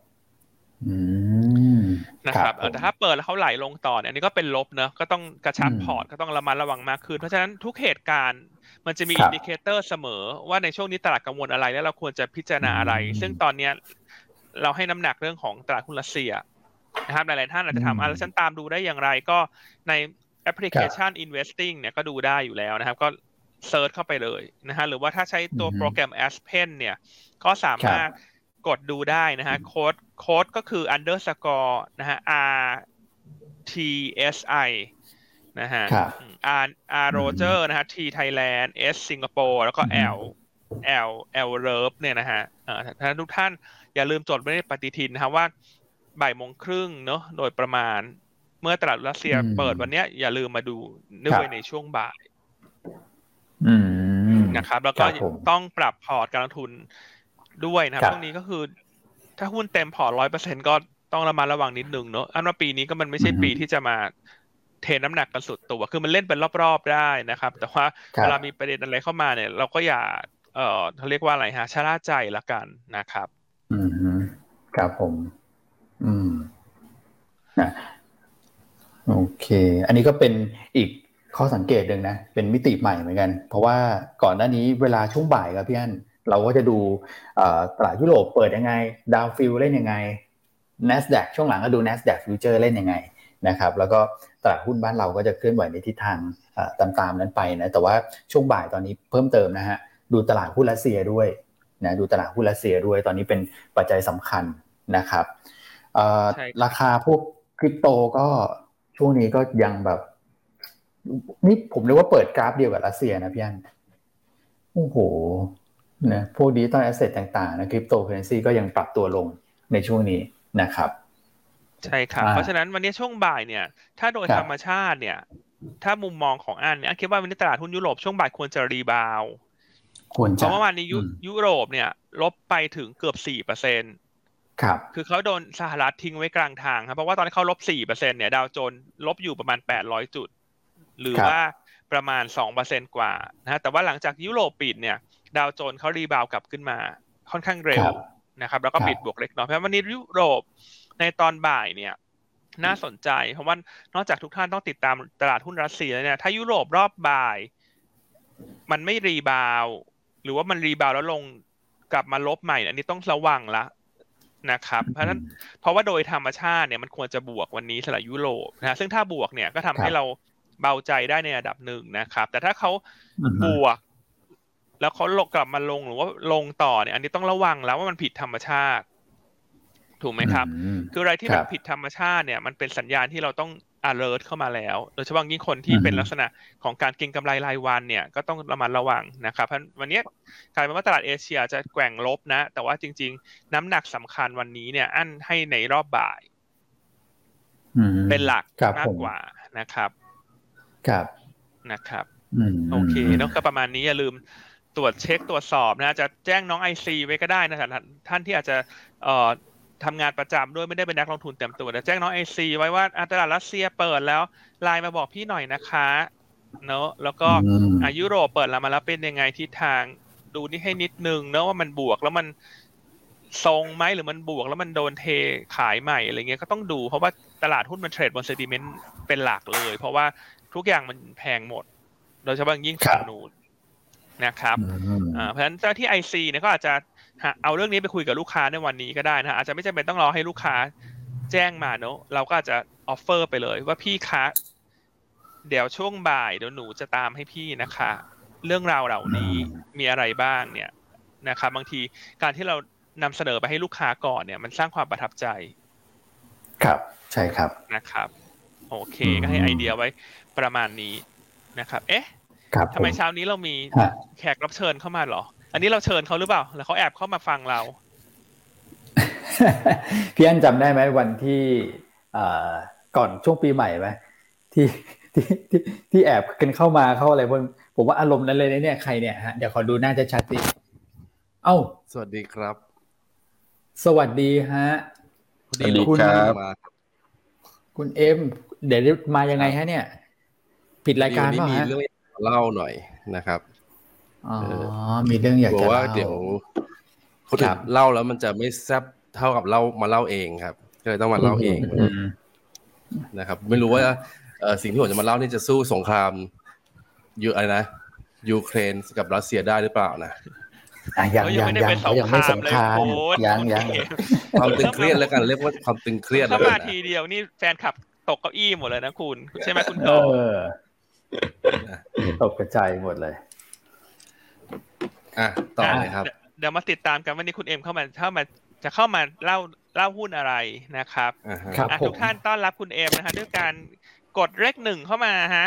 นะครับแต่ถ้าเปิดแล้วเขาไหลลงต่อเนี่ยอันนี้ก็เป็นลบเนอะก็ต้องกระชับพอร์ตก็ต้องระมัดระวังมากขึ้นเพราะฉะนั้นทุกเหตุการณ์มันจะมีอินดิเคเตอร์เสมอว่าในช่วงนี้ตลาดกังวลอะไรแล้วเราควรจะพิจารณาอะไรซึ่งตอนนี้เราให้น้ำหนักเรื่องของตลาดหุ้นรัสเซียนะครับหลายๆท่านอาจจะถามอ่ะแล้วฉันตามดูได้อย่างไรก็ในแอปพลิเคชัน Investing เนี่ยก็ดูได้อยู่แล้วนะครับก็เซิร์ชเข้าไปเลยนะฮะหรือว่าถ้าใช้ตัวโปรแกรม Aspen เนี่ยก็สามารถกดดูได้นะฮะโค้ดโค้ดก็คือ underscore นะฮะ R T S I นะฮะ R R Roger นะฮะ T Thailand S Singapore แล้วก็ L L L Love เนี่ยนะฮะเอ่อถ้าทุกท่านอย่าลืมจดไว้ในปฏิทินนะครับว่าบ่ายโมงครึ่งเนอะโดยประมาณเมื่อตลาดรัสเซียเปิดวันนี้อย่าลืมมาดูด้วยในช่วงบ่ายนะครับแล้วก็ต้องปรับพอร์ตการลงทุนด้วยนะครับช่วงนี้ก็คือถ้าหุ้นเต็มพอร์ต ร้อยเปอร์เซ็นต์ ก็ต้องระมัดระวังนิดนึงเนอะอันว่าปีนี้ก็มันไม่ใช่ปีที่จะมาเทน้ำหนักกันสุดตัวคือมันเล่นเป็นรอบๆได้นะครับแต่ว่าเวลามีประเด็นอะไรเข้ามาเนี่ยเราก็อย่าเอ่อเขาเรียกว่าอะไรฮะชะล่าใจละกันนะครับอืมครับผมอืมนะโอเคอันนี้ก็เป็นอีกข้อสังเกตหนึ่งนะเป็นมิติใหม่เหมือนกันเพราะว่าก่อนหน้านี้เวลาช่วงบ่ายครับพี่อั้นเราก็จะดูตลาดยุโรปเปิดยังไงดาวฟิลเล่นยังไง NASDAQ ช่วงหลังก็ดู NASDAQ Future เล่นยังไงนะครับแล้วก็ตลาดหุ้นบ้านเราก็จะเคลื่อนไหวในทิศทางตามๆนั้นไปนะแต่ว่าช่วงบ่ายตอนนี้เพิ่มเติมนะฮะดูตลาดหุ้นรัสเซียด้วยนะดูตลาดหุ้นรัสเซียด้วยตอนนี้เป็นปัจจัยสำคัญนะครับราคาพวกคริปโตก็ช่วงนี้ก็ยังแบบนี่ผมนึกว่าเปิดกราฟเดียวกับรัสเซียนะพี่อั้นโอ้โหนะพวกดิจิตอลแอสเซทต่างๆนะคริปโตเคอเรนซีก็ยังปรับตัวลงในช่วงนี้นะครับใช่ครับเพราะฉะนั้นวันนี้ช่วงบ่ายเนี่ยถ้าโดยธรรมชาติเนี่ยถ้ามุมมองของอันเนี่ยคิดว่าวันนี้ตลาดหุ้นยุโรปช่วงบ่ายควรจะรีบาวด์ควรจะเพราะเมื่อวานนี้ยุโรปเนี่ยลบไปถึงเกือบ สี่เปอร์เซ็นต์ครับคือเขาโดนสหรัฐทิ้งไว้กลางทางครับเพราะว่าตอนที่เขาลบ สี่เปอร์เซ็นต์ เนี่ยดาวโจนส์ลบอยู่ประมาณแปดร้อยจุดหรือว่าประมาณ สองเปอร์เซ็นต์ กว่านะฮะแต่ว่าหลังจากยุโรปปิดเนี่ยดาวโจนส์เขารีบาวกลับขึ้นมาค่อนข้างเร็วนะครับแล้วก็ปิดบวกเล็กน้อยเพราะวันนี้ยุโรปในตอนบ่ายเนี่ยน่าสนใจเพราะว่านอกจากทุกท่านต้องติดตามตลาดหุ้นรัสเซียเนี่ยถ้ายุโรปรอบบ่ายมันไม่รีบาวหรือว่ามันรีบาวแล้วลงกลับมาลบใหม่อันนี้ต้องระวังละนะครับเพราะฉะนั้นเพราะว่าโดยธรรมชาติเนี่ยมันควรจะบวกวันนี้สำหรับยุโรปนะซึ่งถ้าบวกเนี่ยก็ทำให้เราเบาใจได้ในระดับหนึ่งนะครับแต่ถ้าเขาบวกแล้วเขาลงกลับมาลงหรือว่าลงต่อเนี่ยอันนี้ต้องระวังแล้วว่ามันผิดธรรมชาติถูกไหมครับคืออะไรที่มันผิดธรรมชาติเนี่ยมันเป็นสัญญาณที่เราต้อง alert เข้ามาแล้วโดยเฉพาะยิ่งคนที่เป็นลักษณะของการเก็งกำไรรายวันเนี่ยก็ต้องระมัดระวังนะครับเพราะวันนี้กลายเป็นว่าตลาดเอเชียจะแกว่งลบนะแต่ว่าจริงๆน้ำหนักสำคัญวันนี้เนี่ยอั้นให้ในรอบบ่ายเป็นหลักมากกว่านะครับครับนะครับโอเคเนาะก็ประมาณนี้อย่าลืมตรวจเช็คตรวจสอบนะจะแจ้งน้อง ไอ ซี ไว้ก็ได้นะท่านที่อาจจะเอ่อทำงานประจำด้วยไม่ได้เป็นนักลงทุนเต็มตัวแต่แจ้งน้อง ไอ ซี ไว้ว่าตลาดรัสเซียเปิดแล้วไลน์มาบอกพี่หน่อยนะคะเนาะแล้วก็อ่ะยุโรปเปิดแล้วมาแล้วเป็นยังไงทิศทางดูนี่ให้นิดนึงเนาะว่ามันบวกแล้วมันทรงไหมหรือมันบวกแล้วมันโดนเทขายใหม่อะไรเงี้ยก็ต้องดูเพราะว่าตลาดหุ้นมันเทรดบนเซนติเมนต์เป็นหลักเลยเพราะว่าทุกอย่างมันแพงหมดโดยเฉพาะยิ่งฝั่งนู้นนะครับอ่าเพราะฉะนั้นเจ้าที่ ไอ ซี เนี่ยก็อาจจะเอาเรื่องนี้ไปคุยกับลูกค้าในวันนี้ก็ได้นะอาจจะไม่จำเป็นต้องรอให้ลูกค้าแจ้งมาเนอะเราก็อาจจะออฟเฟอร์ไปเลยว่าพี่คะเดี๋ยวช่วงบ่ายเดี๋ยวหนูจะตามให้พี่นะคะเรื่องราวเหล่านี้มีอะไรบ้างเนี่ยนะครับบางทีการที่เรานำเสนอไปให้ลูกค้าก่อนเนี่ยมันสร้างความประทับใจครับใช่ครับนะครับโอเคก็ให้ไอเดียไว้ประมาณนี้นะครับเอ๊ะทำไมเช้านี้เรามีแขกรับเชิญเข้ามาหรออันนี้เราเชิญเขาหรือเปล่าแล้วเขาแอบเข้ามาฟังเราพี่อั้นจำได้ไหมวันที่ก่อนช่วงปีใหม่ไหมที่ที่ที่ที่แอบกันเข้ามาเข้าอะไรพวกผมว่าอารมณ์นั้นเลยเนี่ยใครเนี่ยฮะเดี๋ยวขอดูหน้าจะชัดสิเอ้าสวัสดีครับสวัสดีฮะสวัสดีครับคุณเอ็มเดี๋ยวมายังไงฮะเนี่ยผิดรายการป่ะฮะมีเรื่องเล่าหน่อยนะครับอ๋อมีเรื่องอยากจะเล่าว่าเดี๋ยวคนอื่นเล่าแล้วมันจะไม่แซ่บเท่ากับเล่ามาเล่าเองครับก็เลยต้องมาเล่าเองนะครับไม่รู้ว่าสิ่งที่ผมจะมาเล่านี่จะสู้สงครามยูอะไรนะยูเครนกับรัสเซียได้หรือเปล่านะยังยังยังยังไม่สงครามยังยังความตึงเครียดแล้วกันเรียกว่าความตึงเครียดแล้วกันมาทีเดียวนี่แฟนคลับตกเก้าอี้หมดเลยนะคุณใช่ไหมคุณต่อตกกระจายหมดเลยอ่ะต่อเลยครับเดี๋ยวมาติดตามกันวันนี้คุณเอ็มเข้ามาเข้ามาจะเข้ามาเล่าเล่าหุ้นอะไรนะครับทุกท่านต้อนรับคุณเอ็มนะฮะด้วยการกดเลขหนึ่งเข้ามาฮะ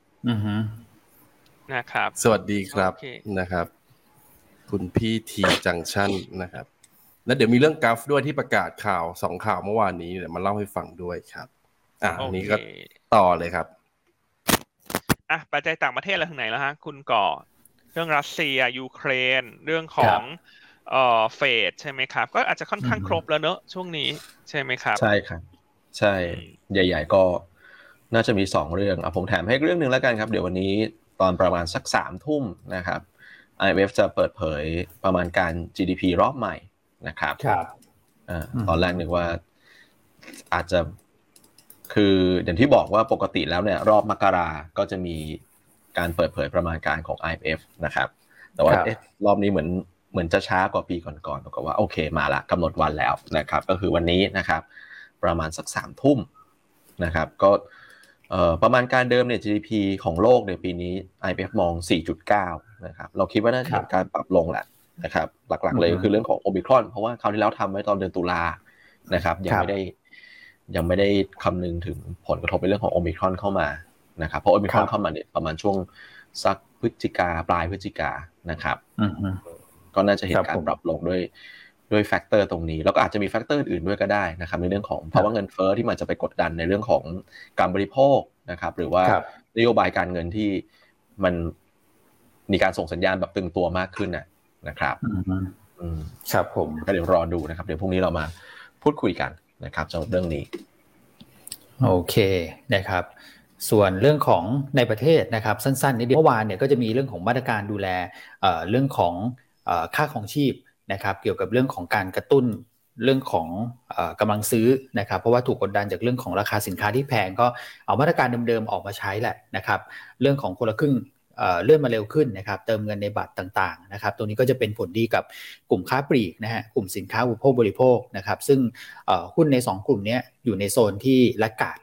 นะครับสวัสดีครับนะครับคุณพี่ทีจังชั่นนะครับแล้วเดี๋ยวมีเรื่องกราฟด้วยที่ประกาศข่าวสองข่าวเมื่อวานนี้เดี๋ยวมาเล่าให้ฟังด้วยครับอ่ะนี้ก็ต่อเลยครับอ่ะปัจจัยต่างประเทศอะไรถึงไหนแล้วฮะคุณก่อเรื่องรัสเซียยูเครนเรื่องของเอ่อเฟดใช่ไหมครับก็อาจจะค่อนข้างครบแล้วเนอะช่วงนี้ใช่ไหมครับใช่ครับใช่ใหญ่ๆก็น่าจะมีสองเรื่องอ่ะผมแถมให้เรื่องนึงแล้วกันครับเดี๋ยววันนี้ตอนประมาณสักสามทุ่มนะครับ ไอ เอ็ม เอฟ จะเปิดเผยประมาณการ จี ดี พี รอบใหม่นะครับครับอ่าตอนแรกนึกว่าอาจจะคืออย่างที่บอกว่าปกติแล้วเนี่ยรอบมกราก็จะมีการเปิดเผยประมาณการของ ไอ เอ็ม เอฟ นะครับแต่ว่าเอ๊ะรอบนี้เหมือนเหมือนจะช้ากว่าปีก่อนๆบอกว่าโอเคมาละกำหนดวันแล้วนะครับก็คือวันนี้นะครับประมาณสักสามทุ่มนะครับก็เอ่อประมาณการเดิมเนี่ย จี ดี พี ของโลกในปีนี้ ไอ เอ็ม เอฟ มอง สี่จุดเก้า นะครับเราคิดว่าน่าจะเห็นการปรับลงแหละนะครับหลักๆเลยก็คือเรื่องของโอมิครอนเพราะว่าคราวที่แล้วทำไว้ตอนเดือนตุลานะครับยังไม่ได้ยังไม่ได้คำนึงถึงผลกระทบในเรื่องของโอมิครอนเข้ามานะครับเพราะโอมิครอนเข้ามาเนี่ยประมาณช่วงสักพฤศจิกาปลายพฤศจิกานะครับก็น่าจะเห็นการปรับลงด้วยด้วยแฟกเตอร์ตรงนี้แล้วก็อาจจะมีแฟกเตอร์อื่นด้วยก็ได้นะครับในเรื่องของภาวะเงินเฟ้อที่มันจะไปกดดันในเรื่องของการบริโภคนะครับหรือว่านโยบายการเงินที่มันมีการส่งสัญญาณแบบตึงตัวมากขึ้นนะนะครับครับผมก็เดี๋ยวรอดูนะครับเดี๋ยวพรุ่งนี้เรามาพูดคุยกันนะครับสำหรับเรื่องนี้โอเคนะครับส่วนเรื่องของในประเทศนะครับสั้นๆนิดเดียวเมื่อวานเนี่ยก็จะมีเรื่องของมาตรการดูแลเอ่อเรื่องของเอ่อค่าครองชีพนะครับเกี่ยวกับเรื่องของการกระตุ้นเรื่องของเอ่อกำลังซื้อนะครับเพราะว่าถูกกดดันจากเรื่องของราคาสินค้าที่แพงก็เอามาตรการเดิมๆออกมาใช้แหละนะครับเรื่องของคนละครึ่งเอ่อเลื่อนมาเร็วขึ้นนะครับเติมเงินในบัตรต่างๆนะครับตรงนี้ก็จะเป็นผลดีกับกลุ่มค้าปลีกนะฮะกลุ่มสินค้าอุปโภคบริโภคนะครับซึ่งเอ่อหุ้นในสองกลุ่มนี้อยู่ในโซนที่แลกขาดพอดี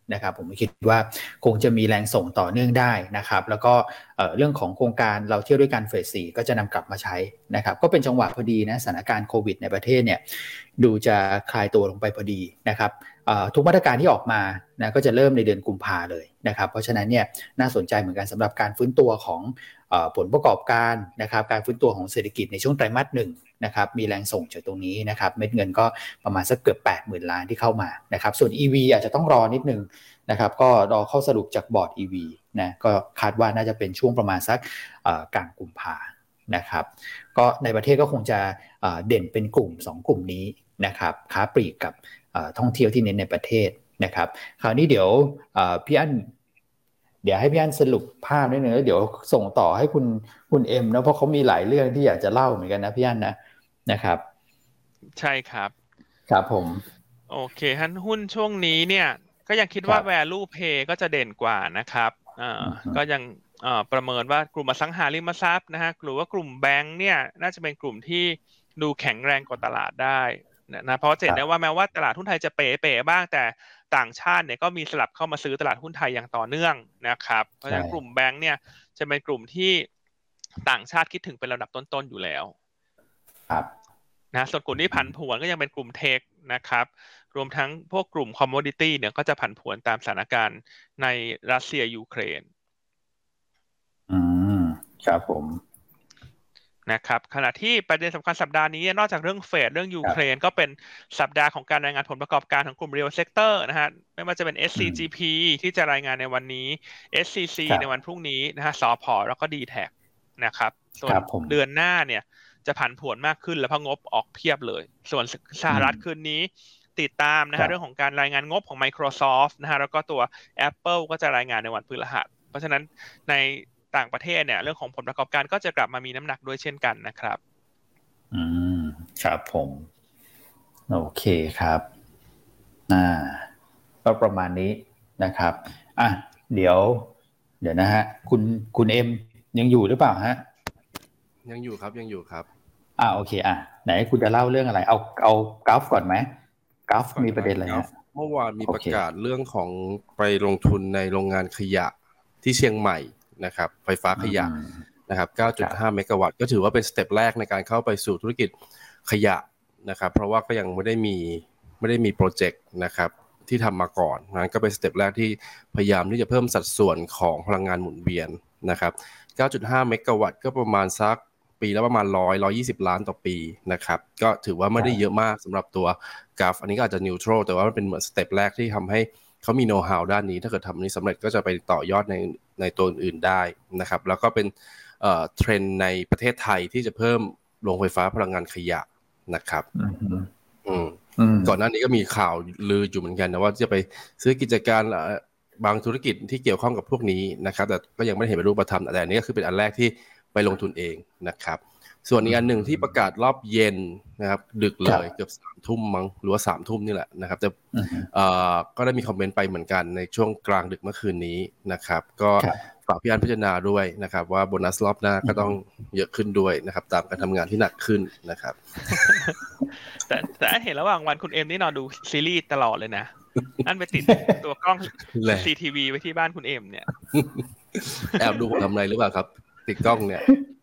นะครับผมคิดว่าคงจะมีแรงส่งต่อเนื่องได้นะครับแล้วก็เรื่องของโครงการเราเที่ยวด้วยกันเฟสสี่ก็จะนำกลับมาใช้นะครับก็เป็นจังหวะพอดีนะสถานการณ์โควิดในประเทศเนี่ยดูจะคลายตัวลงไปพอดีนะครับทุกมาตรการที่ออกมานะก็จะเริ่มในเดือนกุมภาเลยนะครับเพราะฉะนั้นเนี่ยน่าสนใจเหมือนกันสำหรับการฟื้นตัวของผลประกอบการนะครับการฟื้นตัวของเศรษฐกิจในช่วงไตรมาสหนึ่งนะครับมีแรงส่งจากตรงนี้นะครับเม็ดเงินก็ประมาณสักเกือบ แปดหมื่น ล้านที่เข้ามานะครับส่วน อี วี อาจจะต้องรอนิดนึงนะครับก็รอเข้าสรุปจากบอร์ด อี วี นะก็คาดว่าน่าจะเป็นช่วงประมาณสักกลางกุมภานะครับก็ในประเทศก็คงจะเด่นเป็นกลุ่มสองกลุ่มนี้นะครับค้าปลีกกับท่องเที่ยวที่เน้นในประเทศนะครับคราวนี้เดี๋ยวพี่อั้นเดี๋ยวให้พี่อั้นสรุปภาพนิดนึงแล้วเดี๋ยวส่งต่อให้คุณคุณเอ็มนะเพราะเขามีหลายเรื่องที่อยากจะเล่าเหมือนกันนะพี่อั้นนะนะครับใช่ครับครับผมโอเคฮันหุ้นช่วงนี้เนี่ยก็ยังคิดว่า value pay ก็จะเด่นกว่านะครับอ่าก็ยังเอ่อประเมินว่ากลุ่มอสังหาริมทรัพย์นะฮะหรือว่ากลุ่มแบงค์เนี่ยน่าจะเป็นกลุ่มที่ดูแข็งแรงกว่าตลาดได้นะเพราะเห็นได้ว่าแม้ว่าตลาดหุ้นไทยจะเป๋ๆบ้างแต่ต่างชาติเนี่ยก็มีสลับเข้ามาซื้อตลาดหุ้นไทยอย่างต่อเนื่องนะครับเพราะฉะนั้นกลุ่มแบงค์เนี่ยจะเป็นกลุ่มที่ต่างชาติคิดถึงเป็นระดับต้นๆอยู่แล้วครับนะส่วนกลุ่มที่ผันผวนก็ยังเป็นกลุ่มเทคนะครับรวมทั้งพวกกลุ่มคอมโมดิตี้เนี่ยก็จะผันผวนตามสถานการณ์ในรัสเซียยูเครนอืมครับผมนะครับขณะที่ประเด็นสำคัญสัปดาห์นี้นอกจากเรื่องเฟดเรื่องยูเครนก็เป็นสัปดาห์ของการรายงานผลประกอบการของกลุ่ม Real Sector นะฮะไม่ว่าจะเป็น เอส ซี จี พี ที่จะรายงานในวันนี้ เอส ซี ซี ในวันพรุ่งนี้นะฮะสผ.แล้วก็ ดี แท็ก นะครับส่วนเดือนหน้าเนี่ยจะผันผวนมากขึ้นแล้วเพราะงบออกเพียบเลยส่วนสหรัฐคืนนี้ติดตามนะฮะเรื่องของการรายงานงบของ Microsoft นะฮะแล้วก็ตัว Apple ก็จะรายงานในวันพฤหัสเพราะฉะนั้นในต่างประเทศเนี่ยเรื่องของผลประกอบการก็จะกลับมามีน้ำหนักด้วยเช่นกันนะครับอืมครับผมโอเคครับอ่าก็ประมาณนี้นะครับอ่ะเดี๋ยวเดี๋ยวนะฮะคุณคุณเอ็มยังอยู่หรือเปล่าฮะยังอยู่ครับยังอยู่ครับอ่าโอเคอ่ะไหนคุณจะเล่าเรื่องอะไรเอาเอากราฟก่อนไหมกราฟมีประเด็นอะไรฮะเมื่อวานมีประกาศเรื่องของไปลงทุนในโรงงานขยะที่เชียงใหม่นะครับไฟฟ้าขยะนะครับ เก้าจุดห้า เมกะวัตต์ก็ถือว่าเป็นสเต็ปแรกในการเข้าไปสู่ธุรกิจขยะนะครับเพราะว่าก็ยังไม่ได้มีไม่ได้มีโปรเจกต์นะครับที่ทำมาก่อนนั้นก็เป็นสเต็ปแรกที่พยายามที่จะเพิ่มสัดส่วนของพลังงานหมุนเวียนนะครับ เก้าจุดห้า เมกะวัตต์ก็ประมาณสักปีละประมาณหนึ่งร้อย หนึ่งร้อยยี่สิบล้านต่อปีนะครับก็ถือว่าไม่ได้เยอะมากสำหรับตัวกราฟอันนี้ก็อาจจะนิวทรัลแต่ว่ามันเป็นเหมือนสเต็ปแรกที่ทำให้เขามีโน้ตฮาวด้านนี้ถ้าเกิดทำนี้สำเร็จก็จะไปต่อยอดในในตัวอื่นได้นะครับแล้วก็เป็นเอ่อเทรนด์ในประเทศไทยที่จะเพิ่มโรงไฟฟ้าพลังงานขยะนะครับอืมก่อนหน้านี้ก็มีข่าวลืออยู่เหมือนกันนะว่าจะไปซื้อกิจการบางธุรกิจที่เกี่ยวข้องกับพวกนี้นะครับแต่ก็ยังไม่เห็นเป็นรูปธรรมแต่อันนี้ก็คือเป็นอันแรกที่ไปลงทุนเองนะครับส่วนอีกอันหนึ่งที่ประกาศรอบเย็นนะครับดึกเลยเกือบสามทุ่มมั้งหรือว่าสามทุ่มนี่แหละนะครับแต่ก็ได้มีคอมเมนต์ไปเหมือนกันในช่วงกลางดึกเมื่อคืนนี้นะครับก็ฝากพี่อันพิจารณาด้วยนะครับว่าโบนัสรอบหน้าก็ต้องเยอะขึ้นด้วยนะครับตามการทำงานที่หนักขึ้นนะครับแต่แต่เห็นระหว่างวันคุณเอ็มนี่นอนดูซีรีส์ตลอดเลยนะอันไปติดตัวกล้อง ซี ที วี ไว้ที่บ้านคุณเอ็มเนี่ยแอบดูผมทำอะไรหรือเปล่าครับติดกล้องเนี่ย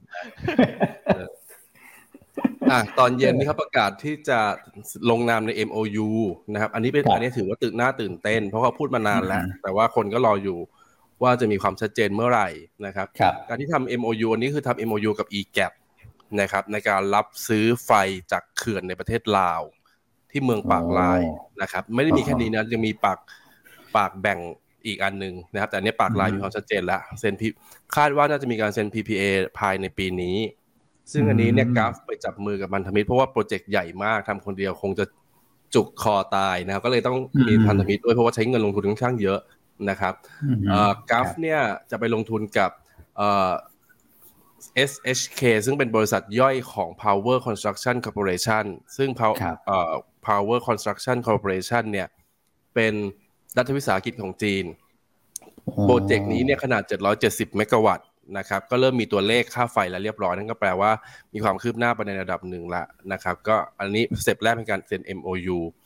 อ่ะตอนเย็นนี่เขาประกาศที่จะลงนามใน เอ็ม โอ ยู นะครับอันนี้เป็นอันนี้ถือว่าตื่นหน้าตื่นเต้นเพราะเขาพูดมานานแล้วแต่ว่าคนก็รออยู่ว่าจะมีความชัดเจนเมื่อไหร่นะครับการที่ทำ เอ็ม โอ ยู อันนี้คือทำ เอ็ม โอ ยู กับ อี แกป นะครับในการรับซื้อไฟจากเขื่อนในประเทศลาวที่เมืองปากลายนะครับไม่ได้มีแค่นี้นะยังมีปากปากแบ่งอีกอันนึงนะครับแต่อันนี้ปากลายมีความชัดเจนแล้วเซ็นคาดว่าน่าจะมีการเซ็น พี พี เอ ภายในปีนี้ซึ่งอันนี้เนี่ยกราฟไปจับมือกับพันธมิตรเพราะว่าโปรเจกต์ใหญ่มากทำคนเดียวคงจะจุกคอตายนะครับก็เลยต้องมีพันธมิตรด้วยเพราะว่าใช้เงินลงทุนค่อนข้างเยอะนะครับกราฟเนี่ยจะไปลงทุนกับเอ่อ เอส เอช เค ซึ่งเป็นบริษัทย่อยของ Power Construction Corporation ซึ่ง Power Construction Corporation เนี่ยเป็นรัฐวิสาหกิจของจีนโปรเจกต์นี้เนี่ยขนาดเจ็ดร้อยเจ็ดสิบเมกะวัตต์นะครับก็เริ่มมีตัวเลขค่าไฟแล้วเรียบร้อยนั่นก็แปลว่ามีความคืบหน้าไปในระดับหนึ่งละนะครับก็อันนี้สเต็ปแรกเป็นการเซ็น เอ็ม โอ ยู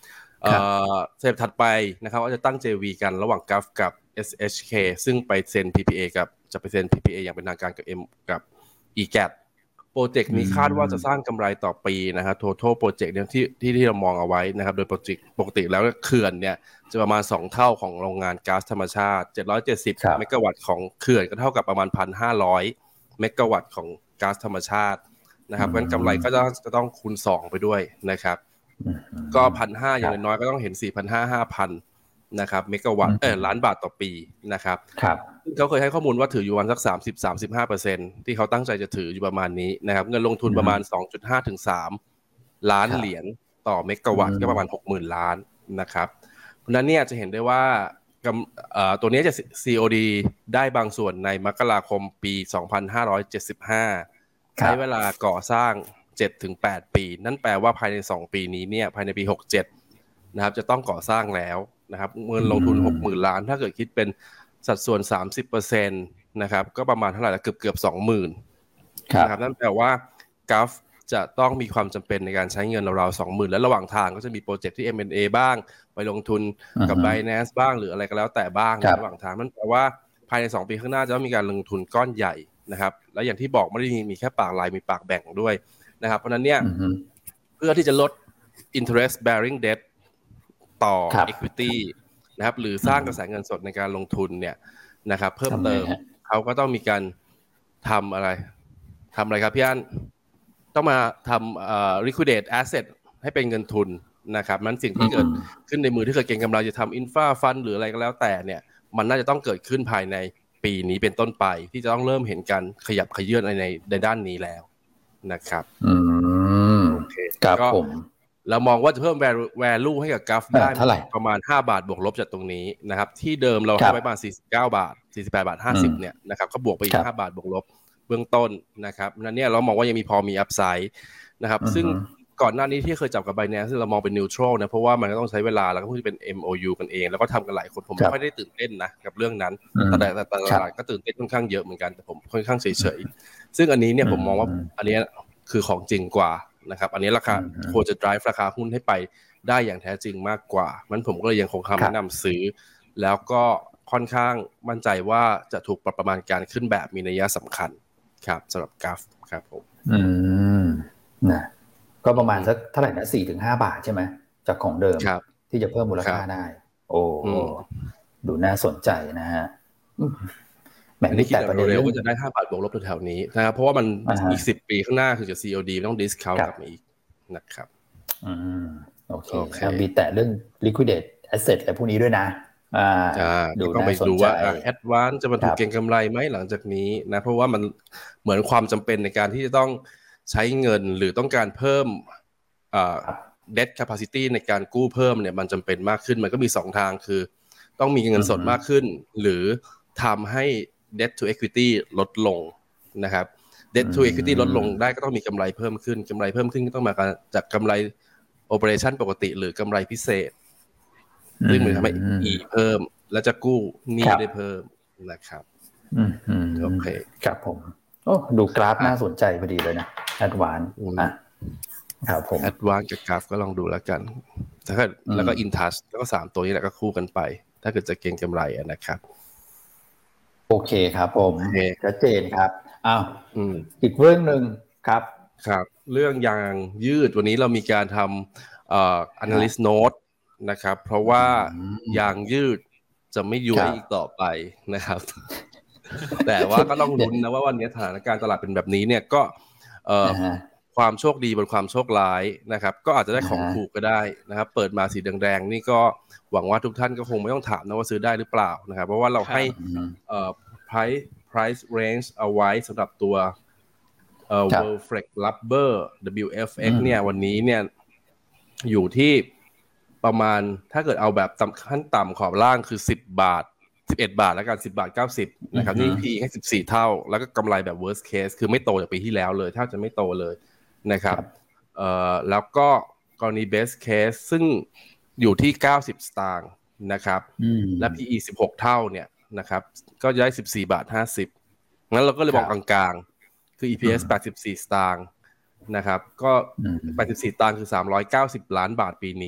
เอ่อสเต็ปถัดไปนะครับว่าจะตั้ง เจ วี กันระหว่าง จี เอ เอฟ กับ เอส เอช เค ซึ่งไปเซ็น พี พี เอ กับจะไปเซ็น พี พี เอ อย่างเป็นทางการกับ M กับ อี แจด โปรเจกต์นี้คาดว่าจะสร้างกำไรต่อปีนะครับ total โปรเจกต์เนี่ยที่ที่ที่เรามองเอาไว้นะครับโดยโปรเจกต์ปกติแล้วเขื่อนเนี่ยจะประมาณสองเท่าของโรงงานก๊าซธรรมชาติเจ็ดร้อยเจ็ดสิบเมกะวัตต์ของเขื่อนก็เท่ากับประมาณ หนึ่งพันห้าร้อย เมกะวัตต์ของก๊าซธรรมชาตินะครับงั้นกำไรก็จะจะต้องคูณสองไปด้วยนะครับก็ หนึ่งพันห้าร้อย อย่างน้อยๆก็ต้องเห็น สี่พันห้าร้อย ห้าพัน นะครับเมกะวัตต์เออล้านบาทต่อปีนะครับครับเขาเคยให้ข้อมูลว่าถืออยู่วันสัก สามสิบถึงสามสิบห้าเปอร์เซ็นต์ ที่เขาตั้งใจจะถืออยู่ประมาณนี้นะครับเงินลงทุนประมาณ สองจุดห้า ถึง สาม ล้านเหรียญต่อเมกะวัตต์ก็ประมาณ หกหมื่น ล้านนะครับเพราะนั้นเนี่ยจะเห็นได้ว่าเอ่อตัวนี้จะ ซี โอ ดี ได้บางส่วนในมกราคมปี สองพันห้าร้อยเจ็ดสิบห้า ใช้เวลาก่อสร้าง เจ็ดถึงแปด ปีนั่นแปลว่าภายในสองปีนี้เนี่ยภายในปีหกสิบเจ็ดนะครับจะต้องก่อสร้างแล้วนะครับเงินลงทุน หกหมื่น ล้านถ้าเกิดคิดเป็นสัดส่วน สามสิบเปอร์เซ็นต์ นะครับก็ประมาณเท่าไหร่ละเกือบๆ สองหมื่น นะครับนั่นแปลว่า จี เอ เอฟ จะต้องมีความจำเป็นในการใช้เงินราวๆ สองหมื่น และระหว่างทางก็จะมีโปรเจกต์ที่ เอ็ม แอนด์ เอ บ้างไปลงทุนกับ Binance บ้างหรืออะไรก็แล้วแต่บ้างระหว่างทางนั่นแปลว่าภายในสองปีข้างหน้าจะต้องมีการลงทุนก้อนใหญ่นะครับและอย่างที่บอกไม่ได้มีมีแค่ปากลายมีปากแบ่งด้วยนะครับเพราะนั้นเนี่ยเพื่อที่จะลด interest bearing debt ต่อ equity นะครับหรือสร้างกระแสเงินสดในการลงทุนเนี่ยนะครับเพิ่มเติมเขาก็ต้องมีการทำอะไรทำอะไรครับพี่อั้นต้องมาทำเอ่อ liquidate asset ให้เป็นเงินทุนนะครับนั้นสิ่งที่เกิดขึ้นในมือที่เคยเก็งกำไรจะทำ infra fund หรืออะไรก็แล้วแต่เนี่ยมันน่าจะต้องเกิดขึ้นภายในปีนี้เป็นต้นไปที่จะต้องเริ่มเห็นการขยับขยื่นในในด้านนี้แล้วนะครับอืมโอเคครับผมเรามองว่าจะเพิ่ม value ให้กับ จี เอ เอฟ ได้ประมาณห้าบาทบวกลบจากตรงนี้นะครับที่เดิมเราให้ไว้ประมาณสี่สิบเก้าบาทสี่สิบแปดบาทห้าสิบเนี่ยนะครับก็บวกไปอีกห้าบาทบวกลบเบื้องต้นนะครับนั้นเนี่ยเรามองว่ายังมีพอมี upside นะครับซึ่งก่อนหน้านี้ที่เคยจับกับ Binance เรามองเป็น neutral นะเพราะว่ามันก็ต้องใช้เวลาแล้วก็เพิ่งจะเป็น เอ็ม โอ ยู กันเองแล้วก็ทำกันหลายคนผมไม่ค่อยได้ตื่นเต้นนะกับเรื่องนั้นแต่แต่ตลาดก็ตื่นเต้นค่อนข้างเยอะเหมือนกันแต่ผมค่อนข้างเฉยๆซึ่งอันนี้เนี่ยผมมองว่าอันนี้คือของจริงกว่านะครับอันนี้ราคาควรจะ drive ราคาหุ้นให้ไปได้อย่างแท้จริงมากกว่ามันผมก็เลยยังคงคำแนะนำซื้อแล้วก็ค่อนข้างมั่นใจว่าจะถูกประมาณการขึ้นแบบมีนัยสำคัญครับสำหรับ จี เอ เอฟ ครับผมอืมนะก็ประมาณสักเท่าไหร่นะ สี่ถึงห้า บาทใช่ไหมจากของเดิมที่จะเพิ่มมูลค่าได้โอ้ดูน่าสนใจนะฮะแม้แต่ประเด็นเร็วก็จะได้ห้าบาทบวกลบแถวๆนี้นะครับเพราะว่ามันอีกสิบปีข้างหน้าคือจะ ซี โอ ดี ต้อง discount กลับมาอีกนะครับอืมโอเคมีแต่เรื่อง liquidate asset อะไรพวกนี้ด้วยนะอ่าดูต้องไปดูว่า advance จะบรรทุกเก็งกำไรไหมหลังจากนี้นะเพราะว่ามันเหมือนความจำเป็นในการที่จะต้องใช้เงินหรือต้องการเพิ่มอ่า debt capacity ในการกู้เพิ่มเนี่ยมันจำเป็นมากขึ้นมันก็มีสองทางคือต้องมีเงินสดมากขึ้นหรือทำให้ debt to equity ลดลงนะครับ debt to equity ลดลงได้ก็ต้องมีกำไรเพิ่มขึ้นกำไรเพิ่มขึ้นก็ต้องมาจากกำไร operation ปกติหรือกำไรพิเศษซึ่งมันทำให้ E เพิ่มแล้วจะกู้หนี้ได้เพิ่มนะครับโอเคครับผมโอ้ดูกราฟน่าสนใจพอดีเลยนะ Advance อ่ะครับผม Advance กับกราฟก็ลองดูแล้วกันถ้าเกิดแล้วก็ Intouch แล้วก็สามตัวนี้แหละก็คู่กันไปถ้าเกิดจะเก็งกำไรนะครับโอเคครับผมชัดเจนครับอ้าวอีกเรื่องนึงครับครับเรื่องยางยืดวันนี้เรามีการทำเอ่อ analyst note นะครับเพราะว่ายางยืดจะไม่ย้วยอีกต่อไปนะครับแต่ว่าก็ต้องลุ้นนะว่าวันนี้สถานการณ์ตลาดเป็นแบบนี้เนี่ยก็เอ่อความโชคดีบนความโชคร้ายนะครับก็อาจจะได้ของถูกก็ได้นะครับเปิดมาสีแดงๆนี่ก็หวังว่าทุกท่านก็คงไม่ต้องถามนะว่าซื้อได้หรือเปล่านะครับเพราะว่าเราให้เอ่อ price price range เอาไว้สำหรับตัวเอ่อ World Flex Rubber ดับเบิลยู เอฟ เอ็กซ์ เนี่ยวันนี้เนี่ยอยู่ที่ประมาณถ้าเกิดเอาแบบขั้นต่ำขอบล่างคือสิบบาทสิบเอ็ดบาทแล้วกันสิบบาทเก้าสิบนะครับนี่ พี แค่สิบสี่เท่าแล้วก็กำไรแบบ worst case คือไม่โตจากปีที่แล้วเลยถ้าจะไม่โตเลยนะครับเอ่อแล้วก็กรณี best case ซึ่งอยู่ที่เก้าสิบสตางค์นะครับและ พี อี สิบหกเท่าเนี่ยนะครับก็ได้สิบสี่บาทห้าสิบงั้นเราก็เลยมองกลางๆคือ อี พี เอส แปดสิบสี่สตางค์นะครับก็แปดสิบสี่สตางค์คือสามร้อยเก้าสิบล้านบาทปีนี้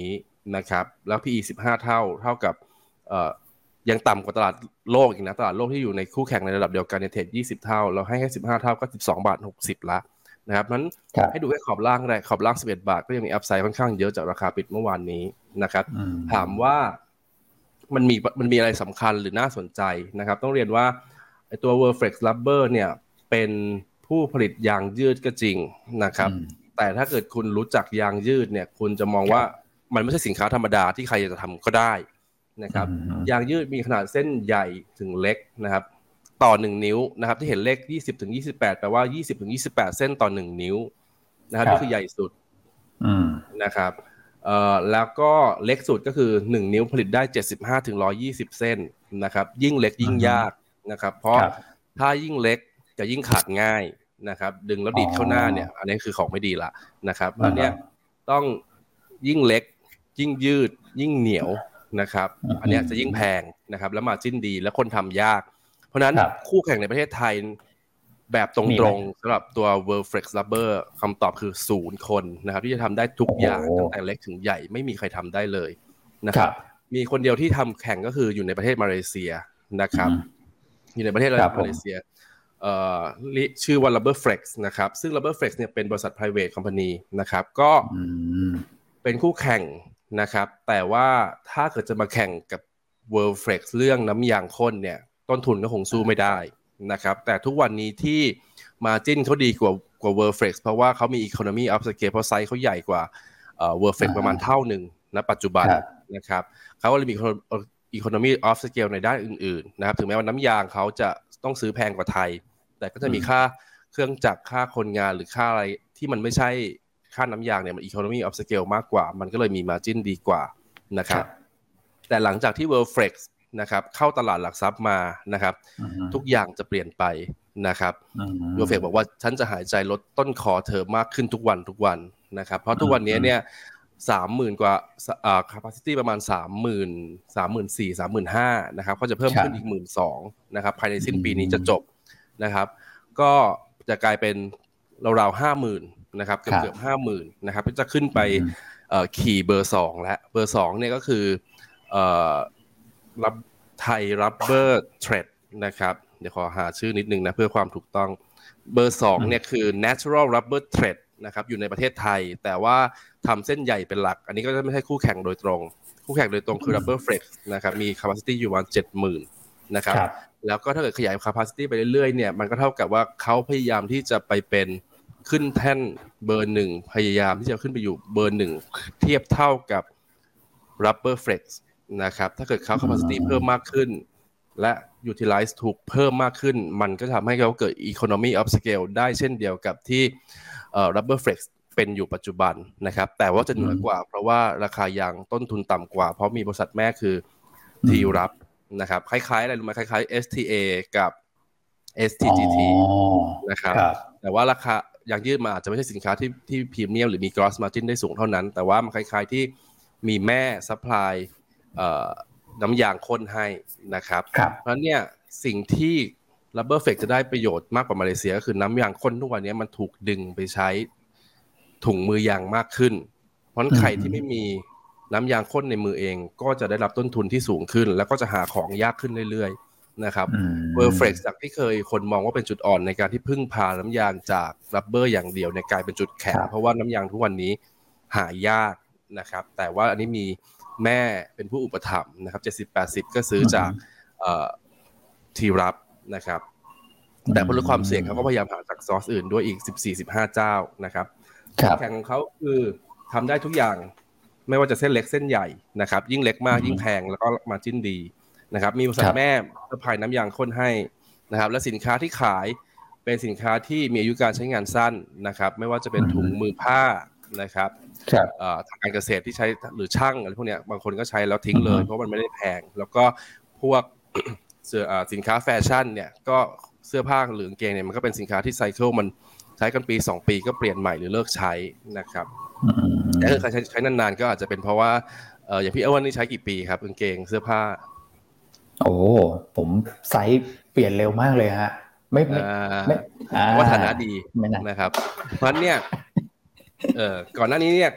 นะครับแล้ว พี อี สิบห้าเท่าเท่ากับเอ่อยังต่ำกว่าตลาดโลกอีกนะตลาดโลกที่อยู่ในคู่แข่งในระดับเดียวกันในเทรดยี่สิบเท่าเราให้แค่สิบห้าเท่าก็สิบสองบาทหกสิบละนะครับนั้นให้ดูแค่ขอบล่างได้ขอบล่างสิบเอ็ดบาทก็ยังมีอัพไซด์ค่อนข้างเยอะจากราคาปิดเมื่อวานนี้นะครับถามว่ามันมีมันมีอะไรสำคัญหรือน่าสนใจนะครับต้องเรียนว่าไอ้ตัว Worldflex Rubber เนี่ยเป็นผู้ผลิตยางยืดก็จริงนะครับแต่ถ้าเกิดคุณรู้จักยางยืดเนี่ยคุณจะมองว่ามันไม่ใช่สินค้าธรรมดาที่ใครจะทำก็ได้นะครับยางยืดมีขนาดเส้นใหญ่ถึงเล็กนะครับต่อหนึ่งนิ้วนะครับที่เห็นเลข ยี่สิบถึงยี่สิบแปด แปลว่า ยี่สิบถึงยี่สิบแปด เส้นต่อหนึ่งนิ้วนะครับนี่คือใหญ่สุดนะครับเอ่อแล้วก็เล็กสุดก็คือหนึ่งนิ้วผลิตได้เจ็ดสิบห้าถึงหนึ่งร้อยยี่สิบเส้นนะครับยิ่งเล็กยิ่งยากนะครับเพราะถ้ายิ่งเล็กจะยิ่งขาดง่ายนะครับดึงแล้วดีดเข้าหน้าเนี่ยอันนี้คือของไม่ดีละนะครับเพราะเนี้ยต้องยิ่งเล็กยิ่งยืดยิ่งเหนียวนะครับอันนี้จะยิ่งแพงนะครับแล้วมาร์จิ้นดีและคนทำยากเพราะนั้นคู่แข่งในประเทศไทยแบบตรงๆสำหรับตัว Worldflex Rubber คำตอบคือศูนย์คนนะครับที่จะทำได้ทุกอย่างตั้งแต่เล็กถึงใหญ่ไม่มีใครทำได้เลยนะครับมีคนเดียวที่ทำแข่งก็คืออยู่ในประเทศมาเลเซียนะครับอยู่ในประเทศมาเลเซียเอ่อชื่อว่า Rubberflex นะครับซึ่ง Rubberflex เนี่ยเป็นบริษัท private company นะครับก็เป็นคู่แข่งนะครับแต่ว่าถ้าเกิดจะมาแข่งกับ Worldflex เรื่องน้ำยางข้นเนี่ยต้นทุนก็คงสู้ไม่ได้นะครับแต่ทุกวันนี้ที่ margin เขาดีกว่ากว่า Worldflex เพราะว่าเขามี economy of scale เพราะไซส์เขาใหญ่กว่าเอ่อ Worldflex ประมาณเท่าหนึ่งณปัจจุบันนะครับเขาก็เลยมี economy of scale ในด้านอื่นๆนะครับถึงแม้ว่าน้ำยางเขาจะต้องซื้อแพงกว่าไทยแต่ก็จะมีค่าเครื่องจักรค่าคนงานหรือค่าอะไรที่มันไม่ใช่ค่าน้ำยางเนี่ยมัน economy of scale มากกว่ามันก็เลยมี margin ดีกว่านะครับแต่หลังจากที่ Worldflex นะครับเข้าตลาดหลักทรัพย์มานะครับทุกอย่างจะเปลี่ยนไปนะครับ Worldflex บอกว่าฉันจะหายใจลดต้นคอเธอมากขึ้นทุกวันทุกวันนะครับเพราะทุกวันนี้เนี่ย สามหมื่น กว่าอ่า capacity ประมาณ สามหมื่น สามหมื่นสี่พัน สามหมื่นห้าพัน นะครับก็จะเพิ่มขึ้นอีก หนึ่งหมื่นสองพัน นะครับภายในสิ้นปีนี้จะจบนะครับก็จะกลายเป็นราวๆ ห้าหมื่น นะครับเกือบๆ ห้าหมื่น นะครับก็จะขึ้นไปเอ่อขี่เบอร์สองแล้วเบอร์สองเนี่ยก็คือเอ่อรับไทย Rubber Trade นะครับเดี๋ยวขอหาชื่อนิดนึงนะเพื่อความถูกต้องเบอร์สองเนี่ยคือ Natural Rubber Trade นะครับอยู่ในประเทศไทยแต่ว่าทำเส้นใหญ่เป็นหลักอันนี้ก็จะไม่ใช่คู่แข่งโดยตรงคู่แข่งโดยตรงคือ Rubberflex นะครับมี capacity อยู่ประมาณ เจ็ดหมื่น นะครับแล้วก็ถ้าเกิดขยาย capacity ไปเรื่อยๆเนี่ยมันก็เท่ากับว่าเขาพยายามที่จะไปเป็นขึ้นแท่นเบอร์หนึ่งพยายามที่จะขึ้นไปอยู่เบอร์หนึ่งเทียบเท่ากับ Rubberflex นะครับถ้าเกิดเขา capacity เพิ่มมากขึ้นและ utilize ถูกเพิ่มมากขึ้นมันก็ทำให้เขาเกิด economy of scale ได้เช่นเดียวกับที่เอ่อ Rubberflex เป็นอยู่ปัจจุบันนะครับแต่ว่าจะเหนือกว่าเพราะว่าราคายางต้นทุนต่ำกว่าเพราะมีบริษัทแม่คือ T-Rub นะครับคล้ายๆอะไรรู้ไหมคล้ายๆ เอส ที เอ กับ เอส ที จี ที นะครับแต่ว่าราคายางยืดมาอาจจะไม่ใช่สินค้าที่ที่พรีเมียมหรือมี gross margin ได้สูงเท่านั้นแต่ว่ามันคล้ายๆที่มีแม่ supply เอ่อน้ำยางข้นให้นะครับเพราะฉะนั้นเนี่ยสิ่งที่ Rubberflex จะได้ประโยชน์มากกว่ามาเลเซียก็คือน้ำยางข้นทุกวันนี้มันถูกดึงไปใช้ถุงมือยางมากขึ้นเพราะฉะนั้นใครที่ไม่มีน้ำยางข้นในมือเองก็จะได้รับต้นทุนที่สูงขึ้นแล้วก็จะหาของยากขึ้นเรื่อยๆนะครับ Worldflex จากที่เคยคนมองว่าเป็นจุดอ่อนในการที่พึ่งพาน้ำยางจากรับเบอร์อย่างเดียวในกลายเป็นจุดแข็งเพราะว่าน้ำยางทุกวันนี้หายากนะครับแต่ว่าอันนี้มีแม่เป็นผู้อุปถัมภ์นะครับ เจ็ดสิบ แปดสิบ ก็ซื้อจากเอ่อ T-Rub นะครับแต่เพราะความเสี่ยงเขาก็พยายามหาจากซอร์สอื่นด้วยอีก สิบสี่ สิบห้า เจ้านะครับแข่งของเขาคือทำได้ทุกอย่างไม่ว่าจะเส้นเล็กเส้นใหญ่นะครับยิ่งเล็กมากยิ่งแพงแล้วก็มาร์จิ้นดีนะครับมีบริษัทแม่ซัพพลายน้ำยางข้นให้นะครับและสินค้าที่ขายเป็นสินค้าที่มีอายุการใช้งานสั้นนะครับไม่ว่าจะเป็นถุงมือผ้านะครับทางการเกษตรที่ใช้หรือช่างอะไรพวกเนี้ยบางคนก็ใช้แล้วทิ้งเลยเพราะมันไม่ได้แพงแล้วก็พวกสินค้าแฟชั่นเนี่ยก็เสื้อผ้าหรือกางเกงเนี่ยมันก็เป็นสินค้าที่ไซเคิลมันใช้กันปีสองปีก็เปลี่ยนใหม่หรือเลิกใช้นะครับแต่ถ้าใช้ใช้นานๆก็อาจจะเป็นเพราะว่าเอออย่างพี่อ้วนนี่ใช้กี่ปีครับกางเกงเสื้อผ้าโอ้ผมไซส์เปลี่ยนเร็วมากเลยฮะไม่ไม่ไม่ว่าฐานะดีนะครับเพราะเนี่ยเออก่อนหน้านี้เนี่ย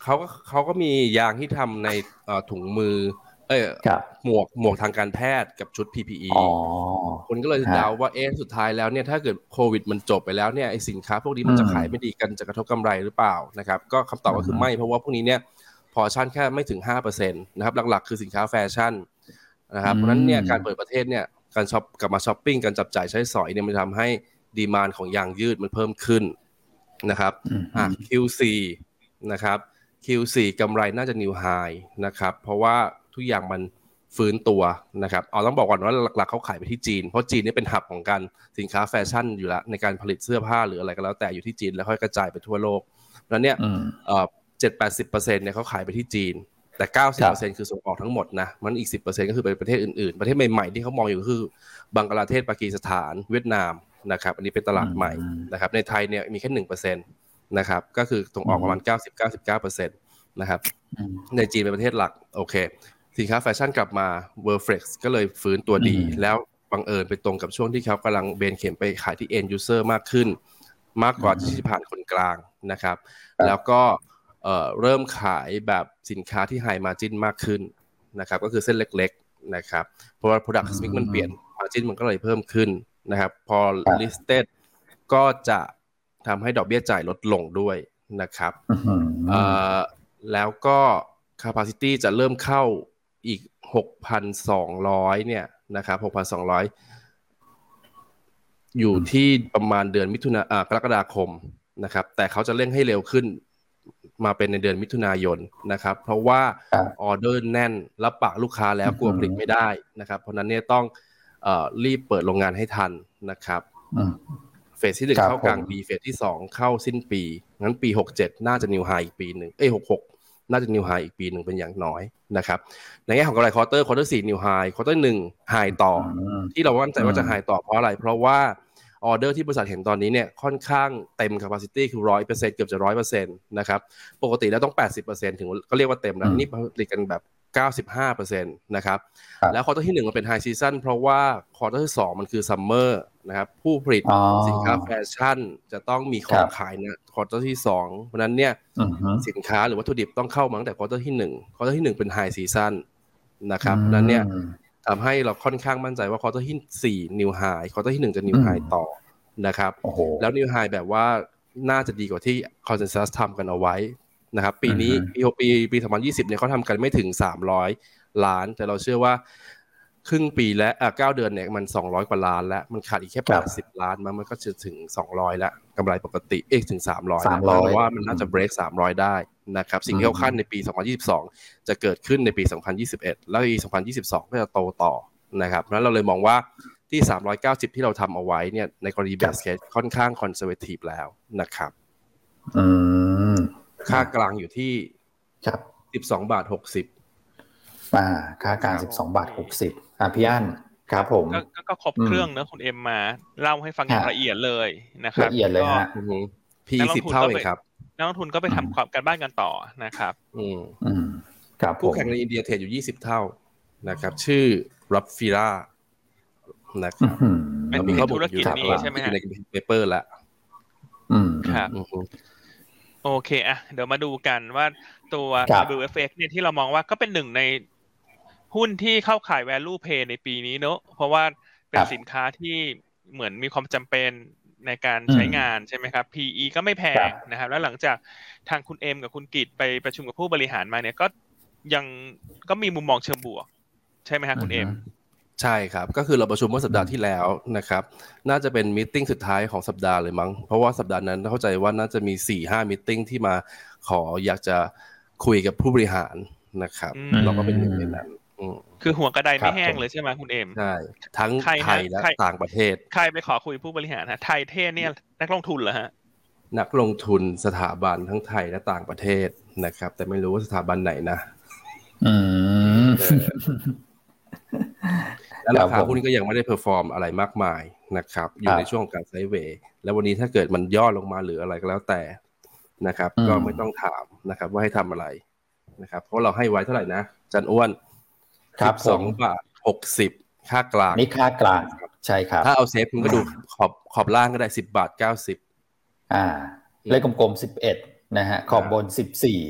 เขาก็เขาก็มียางที่ทำในถุงมือเอ้ยหมวกหมวกทางการแพทย์กับชุด พี พี อีอ๋อคนก็เลยเดาว่าเอ๊ะสุดท้ายแล้วเนี่ยถ้าเกิดโควิดมันจบไปแล้วเนี่ยไอ้สินค้าพวกนี้มันจะขายไม่ดีกันจะกระทบกำไรหรือเปล่านะครับก็คำตอบก็คือไม่เพราะว่าพวกนี้เนี่ยพอชั่นแค่ไม่ถึง ห้าเปอร์เซ็นต์ นะครับหลักๆคือสินค้าแฟชั่นนะครับเพราะนั้นเนี่ยการเปิดประเทศเนี่ยการช็อปกลับมาช้อปปิ้งการจับจ่ายใช้สอยเนี่ยมันทำให้ดีมานด์ของยางยืดมันเพิ่มขึ้นนะครับอ่ะ คิว โฟร์ นะครับ คิว โฟร์ กำไรน่าจะนิวไฮนะครับเพราะว่าทุกอย่างมันฟื้นตัวนะครับเอาต้องบอกก่อนว่าหลักๆเขาขายไปที่จีนเพราะจีนนี่เป็นหับของการสินค้าแฟชั่นอยู่แล้วในการผลิตเสื้อผ้าหรืออะไรก็แล้วแต่อยู่ที่จีนแล้วค่อยกระจายไปทั่วโลกแล้วเนี่ยเอ่อ เจ็ดถึงแปดสิบเปอร์เซ็นต์ เนี่ยเขาขายไปที่จีนแต่ เก้าสิบเปอร์เซ็นต์ คือส่งออกทั้งหมดนะมันอีก สิบเปอร์เซ็นต์ ก็คือไปประเทศอื่นๆประเทศใหม่ๆที่เขามองอยู่ก็คือบังกลาเทศปากีสถานเวียดนามนะครับอันนี้เป็นตลาดใหม่นะครับในไทยเนี่ยมีแค่ หนึ่งเปอร์เซ็นต์ นะครับก็คือส่งออกประมาณ เก้าสิบถึงเก้าสิบเก้าเปอร์เซ็นต์ นะครับในจีนเป็นประเทศหลักโอเคสินค้าแฟชั่นกลับมา Worldflex ก็เลยฟื้นตัวดีแล้วบังเอิญไปตรงกับช่วงที่เขากำลังเบนเข็มไปขายที่ end user มากขึ้นมากกว่าที่ผ่านคนกลางนะครับแล้วก็เอ่อเริ่มขายแบบสินค้าที่ high margin มากขึ้นนะครับก็คือเส้นเล็กๆนะครับเพราะว่า product mix มันเปลี่ยน margin มันก็เลยเพิ่มขึ้นนะครับพอ listed ก็จะทำให้ดอกเบี้ยจ่ายลดลงด้วยนะครับเอ่อแล้วก็ capacity จะเริ่มเข้าอีก หกพันสองร้อย เนี่ยนะครับ หกพันสองร้อย อยู่ที่ประมาณเดือนมิถุนายนกรกฎาคมนะครับแต่เขาจะเร่งให้เร็วขึ้นมาเป็นในเดือนมิถุนายนนะครับเพราะว่าออเดอร์แน่นรับปากลูกค้าแล้วกลัวผลิตไม่ได้นะครับเพราะนั้นเนี่ยต้องเอ่อรีบเปิดโรงงานให้ทันนะครับเฟสที่หนึ่งเข้ากลางปีเฟสที่สองเข้าสิ้นปีงั้นปีหกเจ็ดน่าจะนิวไฮอีกปีนึงเอ้ยหกหกน่าจะนิวไฮอีกปีนึงเป็นอย่างน้อยนะครับในแง่ของกำไรควอเตอร์ควอเตอร์สี่นิวไฮควอเตอร์หนึ่งไฮต่อที่เรามั่นใจว่าจะไฮต่อเพราะอะไรเพราะว่าออเดอร์ที่บริษัทเห็นตอนนี้เนี่ยค่อนข้างเต็ม capacity คือ หนึ่งร้อยเปอร์เซ็นต์ เกือบจะ หนึ่งร้อยเปอร์เซ็นต์ นะครับปกติแล้วต้อง แปดสิบเปอร์เซ็นต์ ถึงก็เรียกว่าเต็มแล้วนี่ผลิตกันแบบ เก้าสิบห้าเปอร์เซ็นต์ นะครับแล้วควอเตอร์ที่หนึ่งมันเป็นไฮซีซั่นเพราะว่าควอเตอร์ที่สองมันคือซัมเมอร์นะครับผู้ผลิตสินค้าแฟชั่นจะต้องมีของขายนะควอเตอร์ที่สองเพราะนั้นเนี่ยสินค้าหรือวัตถุดิบต้องเข้ามาตั้งแต่ควอเตอร์ที่หนึ่งควอเตอร์ที่หนึ่งเป็นไฮซีซั่นนะครับเพราะนั้นเนี่ยทำให้เราค่อนข้างมั่นใจว่าควอเตอร์ที่สี่นิวไฮควอเตอร์ที่หนึ่งจะนิวไฮต่อนะครับแล้วนิวไฮแบบว่าน่าจะดีกว่าที่คอนเซนแซสทำกันเอาไว้นะครับปีนี้ปีปีปีสองพันยี่สิบเนี่ยเขาทำกันไม่ถึงสามร้อยล้านแต่เราเชื่อว่าครึ่งปีและอ่ะเก้าเดือนเนี่ยมันสองร้อยกว่าล้านแล้วมันขาดอีกแค่แปดสิบล้านมันก็จะถึงสองร้อยแล้วกำไรปกติเอ๊ะถึงสามร้อยเพราะว่ามันน่าจะเบรกสามร้อยได้นะครับสิ่งที่เขาคาดในปีสองพันยี่สิบสองจะเกิดขึ้นในปีสองพันยี่สิบเอ็ดแล้วปีสองพันยี่สิบสองก็จะโตต่อนะครับเพราะฉะนั้นเราเลยมองว่าที่สามร้อยเก้าสิบที่เราทำเอาไว้เนี่ยในกรณีเบสเคสค่อนข้างคอนเซอร์เวทีฟแล้วนะครับอืมค่ากลางอยู่ที่ครับสิบสองบาทหกสิบอ่าค่ากลางสิบสองบาทหกสิบอ่ะพี่อั้นครับผมก็ก็ครบเครื่องเนอะคุณเอ็มมาเล่าให้ฟังอย่างละเอียดเลยนะครับละเอียดเลยฮะพี สิบเท่าเองครับนักลงทุนก็ไปทำความการบ้านกันต่อนะครับอืมอืมครับผู้แข่งในอินเดียเทรดอยู่ยี่สิบเท่านะครับชื่อรับฟิรานะครับมีข้อมูลธุรกิจนี้ใช่ไหมฮะในเปเปอร์ละอืมครับโอเคอ่ะเดี๋ยวมาดูกันว่าตัว ดับเบิลยู เอฟ เอ็กซ์ เนี่ยที่เรามองว่าก็เป็นหนึ่งในหุ้นที่เข้าขาย value play ในปีนี้เนอะเพราะว่าเป็นสินค้าที่เหมือนมีความจำเป็นในการใช้งานใช่ไหมครับ พี อี ก็ไม่แพงนะครับแล้วหลังจากทางคุณเอ็มกับคุณกิตไปประชุมกับผู้บริหารมาเนี่ยก็ยังก็มีมุมมองเชิงบวกใช่ไหมครับคุณเอ็มใช่ครับก็คือเราประชุมเมื่อสัปดาห์ที่แล้วนะครับน่าจะเป็นมีตติ้งสุดท้ายของสัปดาห์เลยมั้งเพราะว่าสัปดาห์นั้นเข้าใจว่าน่าจะมี สี่ห้า มีตติ้งที่มาขออยากจะคุยกับผู้บริหารนะครับเราก็เป็นหนึ่งในนั้นคือหัวกระไดไม่แห้งเลยใช่ไหมคุณเอ็มใช่ทั้งไทยและต่างประเทศใครไปขอคุยผู้บริหารฮะไทยเทศเนี่ยนักลงทุนเหรอฮะนักลงทุนสถาบันทั้งไทยและต่างประเทศนะครับแต่ไม่รู้ว่าสถาบันไหนนะอืมแล้วราคาหุ้นก็ยังไม่ได้เพอร์ฟอร์มอะไรมากมายนะครับอยู่ในช่วงของการไซด์เวย์แล้ววันนี้ถ้าเกิดมันย่อลงมาหรืออะไรก็แล้วแต่นะครับก็ไม่ต้องถามนะครับว่าให้ทำอะไรนะครับเพราะเราให้ไว้เท่าไหร่นะจันอ้วนสิบสองบาทหกสิบค่ากลางนี่ค่ากลางใช่ครับถ้าเอาเซฟคุณก็ดูขอบขอบล่างก็ได้สิบบาทเก้าสิบอ่าเลขกลมๆสิบเอ็ดนะฮะขอบบนสิบสี่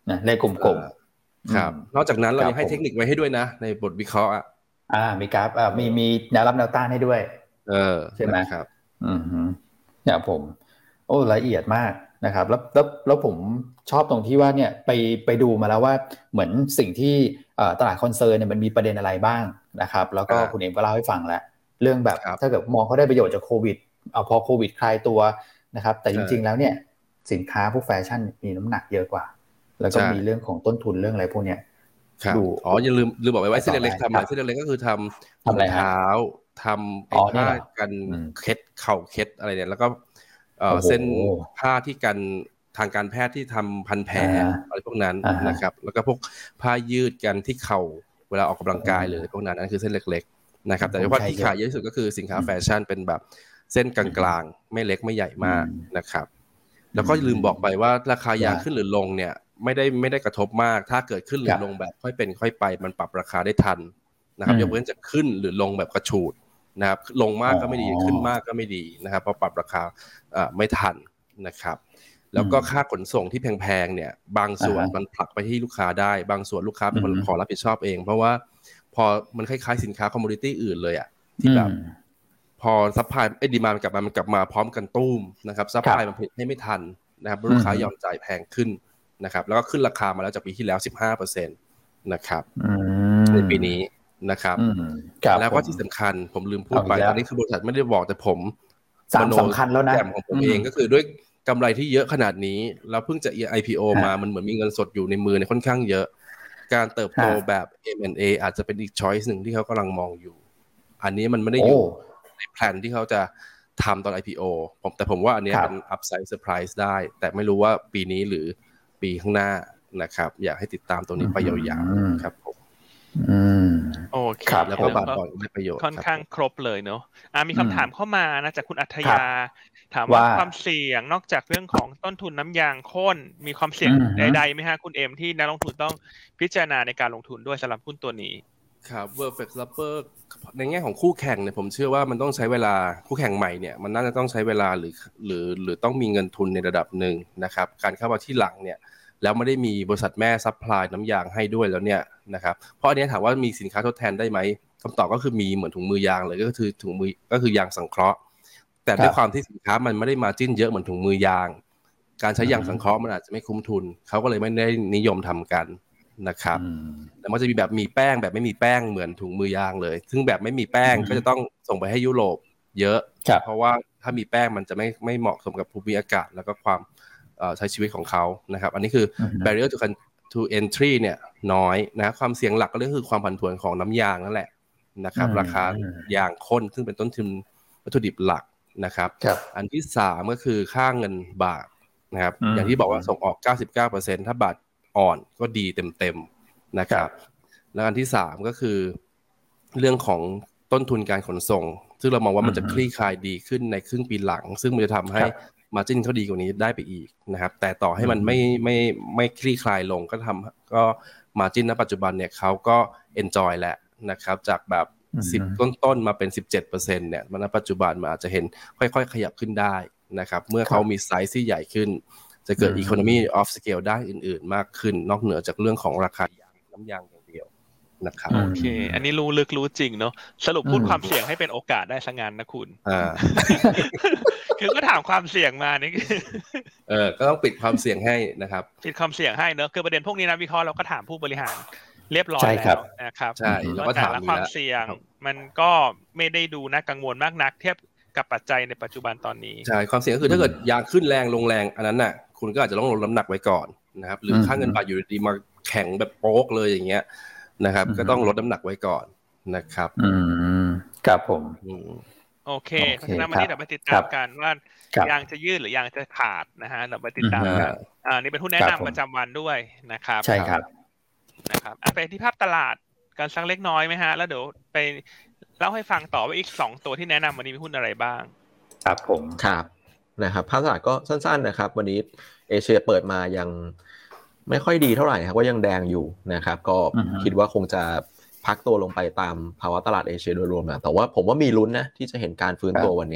นะเลขกลมๆครับนอกจากนั้นเรายังให้เทคนิคไว้ให้ด้วยนะในบทวิเคราะห์อ่ะอ่ามีกราฟอ่ามีมีแนวรับแนวต้านให้ด้วยเออใช่ไหมครับอืมเนี่ยผมโอ้ละเอียดมากนะครับแล้วแล้วแล้วผมชอบตรงที่ว่าเนี่ยไปไปดูมาแล้วว่าเหมือนสิ่งที่ตลาดคอนเซิร์นเนี่ยมันมีประเด็นอะไรบ้างนะครับแล้วก็คุณเอ็มก็เล่าให้ฟังแล้วเรื่องแบบถ้าเกิดมองเขาได้ประโยชน์จากโควิดเอาพอโควิดคลายตัวนะครับแต่จริงๆแล้วเนี่ยสินค้าพวกแฟชั่นมีน้ำหนักเยอะกว่าแล้วก็มีเรื่องของต้นทุนเรื่องอะไรพวกเนี้ยดูอ๋ออย่าลืมลืมบอกไว้ว่าเส้นเล็กๆทำอะไรเส้นเล็กๆก็คือทำถุงเท้าทำไอ้ผ้ากันเคล็ดเข่าเคล็ดอะไรเนี่ยแล้วก็เส้นผ้าที่กันทางการแพทย์ที่ทำพันแผลอะไรพวกนั้นนะครับแล้วก็พวกผ้ายืดกันที่เข่าเวลาออกกำลังกายเลยพวกนั้นนั่นคือเส้นเล็กๆนะครับแต่เฉพาะที่ขายเยอะที่สุดก็คือสินค้าแฟชั่นเป็นแบบเส้นกลางๆไม่เล็กไม่ใหญ่มากนะครับแล้วก็ลืมบอกไปว่าราคายางขึ้นหรือลงเนี่ยไม่ได้ไม่ได้กระทบมากถ้าเกิดขึ้นหรือลงแบบค่อยเป็นค่อยไปมันปรับราคาได้ทันนะครับยกเว้นจะขึ้นหรือลงแบบกระฉูดนะครับลงมากก็ไม่ดีขึ้นมากก็ไม่ดีนะครับเพราะปรับราคาไม่ทันนะครับแล้วก็ค่าขนส่งที่แพงๆเนี่ยบางส่วนมันผลักไปที่ลูกค้าได้บางส่วนลูกค้าเป็นคนขอรับผิดชอบเองเพราะว่าพอมันคล้ายๆสินค้าคอมมูนิตี้อื่นเลยอ่ะที่แบบพอซัพพลายไอ้ดีมานด์มันกลับมามันกลับมาพร้อมกันตุ้มนะครับซัพพลายมันผลิตให้ไม่ทันนะครับลูกค้ายอมจ่ายแพงขึ้นนะครับแล้วก็ขึ้นราคามาแล้วจากปีที่แล้ว สิบห้าเปอร์เซ็นต์ นะครับในปีนี้นะครับแล้วก็ที่สำคัญผมลืมพูดไปตอนนี้คือบริษัทไม่ได้บอกแต่ผมสามสำคัญแล้วนะของผมเองก็คือด้วยกำไรที่เยอะขนาดนี้แล้วเพิ่งจะ ไอ พี โอ มามันเหมือนมีเงินสดอยู่ในมือในค่อนข้างเยอะการเติบโตแบบ เอ็ม แอนด์ เอ อาจจะเป็นอีก choice หนึ่งที่เขากำลังมองอยู่อันนี้มันไม่ได้อยู่ในแผนที่เขาจะทำตอน ไอ พี โอ ผมแต่ผมว่าอันนี้เป็น upside surprise ได้แต่ไม่รู้ว่าปีนี้หรือปีข้างหน้านะครับอยากให้ติดตามตรงนี้ไปยาวๆครับผมอืมโอเคแล้วก็บาทต่อได้ประโยชน์ค่อนข้างครบเลยเนอะอ่ะมีคำถามเข้ามานะจากคุณอัธยาถามว่าความเสี่ยงนอกจากเรื่องของต้นทุนน้ำยางข้นมีความเสี่ยงใดๆไหมฮะคุณเอ็มที่นักลงทุนต้องพิจารณาในการลงทุนด้วยสำหรับหุ้นตัวนี้ครับ Vertex Upper ในแง่ของคู่แข่งเนี่ยผมเชื่อว่ามันต้องใช้เวลาคู่แข่งใหม่เนี่ยมันน่าจะต้องใช้เวลาหรือหรือหรือต้องมีเงินทุนในระดับหนึ่งนะครับการเข้ามาที่หลังเนี่ยแล้วไม่ได้มีบริษัทแม่ซัพพลายน้ำยางให้ด้วยแล้วเนี่ยนะครับเพราะอันนี้ถามว่ามีสินค้าทดแทนได้ไหมคำตอบก็คือมีเหมือนถุงมือยางเลยก็คือถุงมือก็คือยางสังเคราะห์แต่ด้วยความที่สินค้ามันไม่ได้มาจิ้นเยอะเหมือนถุงมือยางการใช้ยางสังเคราะห์มันอาจจะไม่คุ้มทุนเขาก็เลยไม่ได้นิยมทำกันนะครับแล้วมันจะมีแบบมีแป้งแบบไม่มีแป้งเหมือนถุงมือยางเลยซึ่งแบบไม่มีแป้งก็จะต้องส่งไปให้ยุโรปเยอะเพราะว่าถ้ามีแป้งมันจะไม่ไม่เหมาะสมกับภูมิอากาศแล้วก็ความใช้ชีวิตของเขานะครับอันนี้คือ barrier to to entry เนี่ยน้อยนะความเสี่ยงหลักก็คือความผันผวนของน้ำยางนั่นแหละนะครับราคายางข้นซึ่งเป็นต้นทุนวัตถุดิบหลักนะครับอันที่สามก็คือค่าเงินบาทนะครับอย่างที่บอกว่าส่งออก เก้าสิบเก้าเปอร์เซ็นต์ ถ้าบาทอ่อนก็ดีเต็มๆนะครับแล้วอันที่สามก็คือเรื่องของต้นทุนการขนส่งซึ่งเรามองว่ามันจะคลี่คลายดีขึ้นในครึ่งปีหลังซึ่งมันจะทำให้margin เขาดีกว่านี้ได้ไปอีกนะครับแต่ต่อให้มันไม่ไม่ไม่คลี่คลายลงก็ทำก็ margin ณปัจจุบันเนี่ยเขาก็ enjoy แล้วนะครับจากแบบสิบต้นๆมาเป็น สิบเจ็ดเปอร์เซ็นต์ เนี่ยณปัจจุบันมันอาจจะเห็นค่อยๆขยับขึ้นได้นะครับเมื่อเขามีไซส์ที่ใหญ่ขึ้นจะเกิด economy of scale ได้อื่นๆมากขึ้นนอกเหนือจากเรื่องของราคายางน้ำยางอย่างเดียวนะครับโอเคอันนี้รู้ลึกรู้จริงเนาะสรุปพูดความเสี่ยงให้เป็นโอกาสได้ซะงั้นนะคุณอ่าคือก็ถามความเสี่ยงมานี่เออก็ต้องปิดความเสี่ยงให้นะครับปิดความเสี่ยงให้เนอะคือประเด็นพวกนี้นะวิเคราะห์เราก็ถามผู้บริหารเรียบร้อยแล้วนะครับใช่แล้วก็ถามความเสี่ยงมันก็ไม่ได้ดูน่ากังวลมากนักเทียบกับปัจจัยในปัจจุบันตอนนี้ใช่ความเสี่ยงก็คือถ้าเกิดยางขึ้นแรงลงแรงอันนั้นน่ะคุณก็อาจจะต้องลดน้ำหนักไว้ก่อนนะครับหรือค่าเงินบาทอยู่ดีมาแข็งแบบโป๊กเลยอย่างเงี้ยนะครับก็ต้องลดน้ำหนักไว้ก่อนนะครับอืมครับผมโอเคเพราะฉะนั้นวันนี้เราไปติดตามกันว่ายางจะยืดหรือยางจะขาดนะฮะเราไปติดตามกันอ่านี่เป็นหุ้นแนะนำประจำวันด้วยนะครับใช่ครับนะครับอ่ะไปที่ภาพตลาดกันสักเล็กน้อยไหมฮะแล้วเดี๋ยวไปเล่าให้ฟังต่อว่าอีกสองตัวที่แนะนำวันนี้มีหุ้นอะไรบ้างครับผมครับนะครับภาพตลาดก็สั้นๆนะครับวันนี้เอเชียเปิดมายังไม่ค่อยดีเท่าไหร่ครับก็ยังแดงอยู่นะครับก็คิดว่าคงจะพักตัวลงไปตามภาวะตลาดเอเชียโดยรวมนะแต่ว่าผมว่ามีลุ้นนะที่จะเห็นการฟื้นตัววันนี้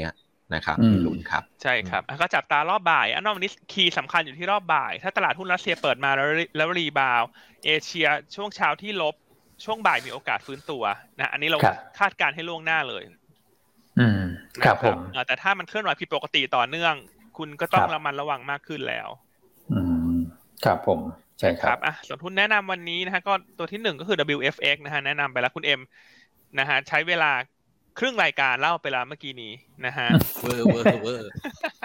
นะครับมีลุ้นครับใช่ครับก็จับตารอบบ่ายอันนอกนี้คีย์สำคัญอยู่ที่รอบบ่ายถ้าตลาดหุ้นรัสเซียเปิดมาแล้วแล้วรีบาวเอเชียช่วงเช้าที่ลบช่วงบ่ายมีโอกาสฟื้นตัวนะอันนี้เราคาดการณ์ให้ล่วงหน้าเลยอืมครับผมแต่ถ้ามันเคลื่อนไหวผิดปกติต่อเนื่องคุณก็ต้องระมัดระวังมากขึ้นแล้วอืมครับผมใช่ครับอ่ะส่วนหุ้นแนะนำวันนี้นะฮะก็ตัวที่หนึ่งก็คือ ดับเบิลยู เอฟ เอ็กซ์ นะฮะแนะนำไปแล้วคุณเอ็มนะฮะใช้เวลาครึ่งรายการเล่าไปแล้วเมื่อกี้นี้นะฮะเวอร์เวอร์เวอร์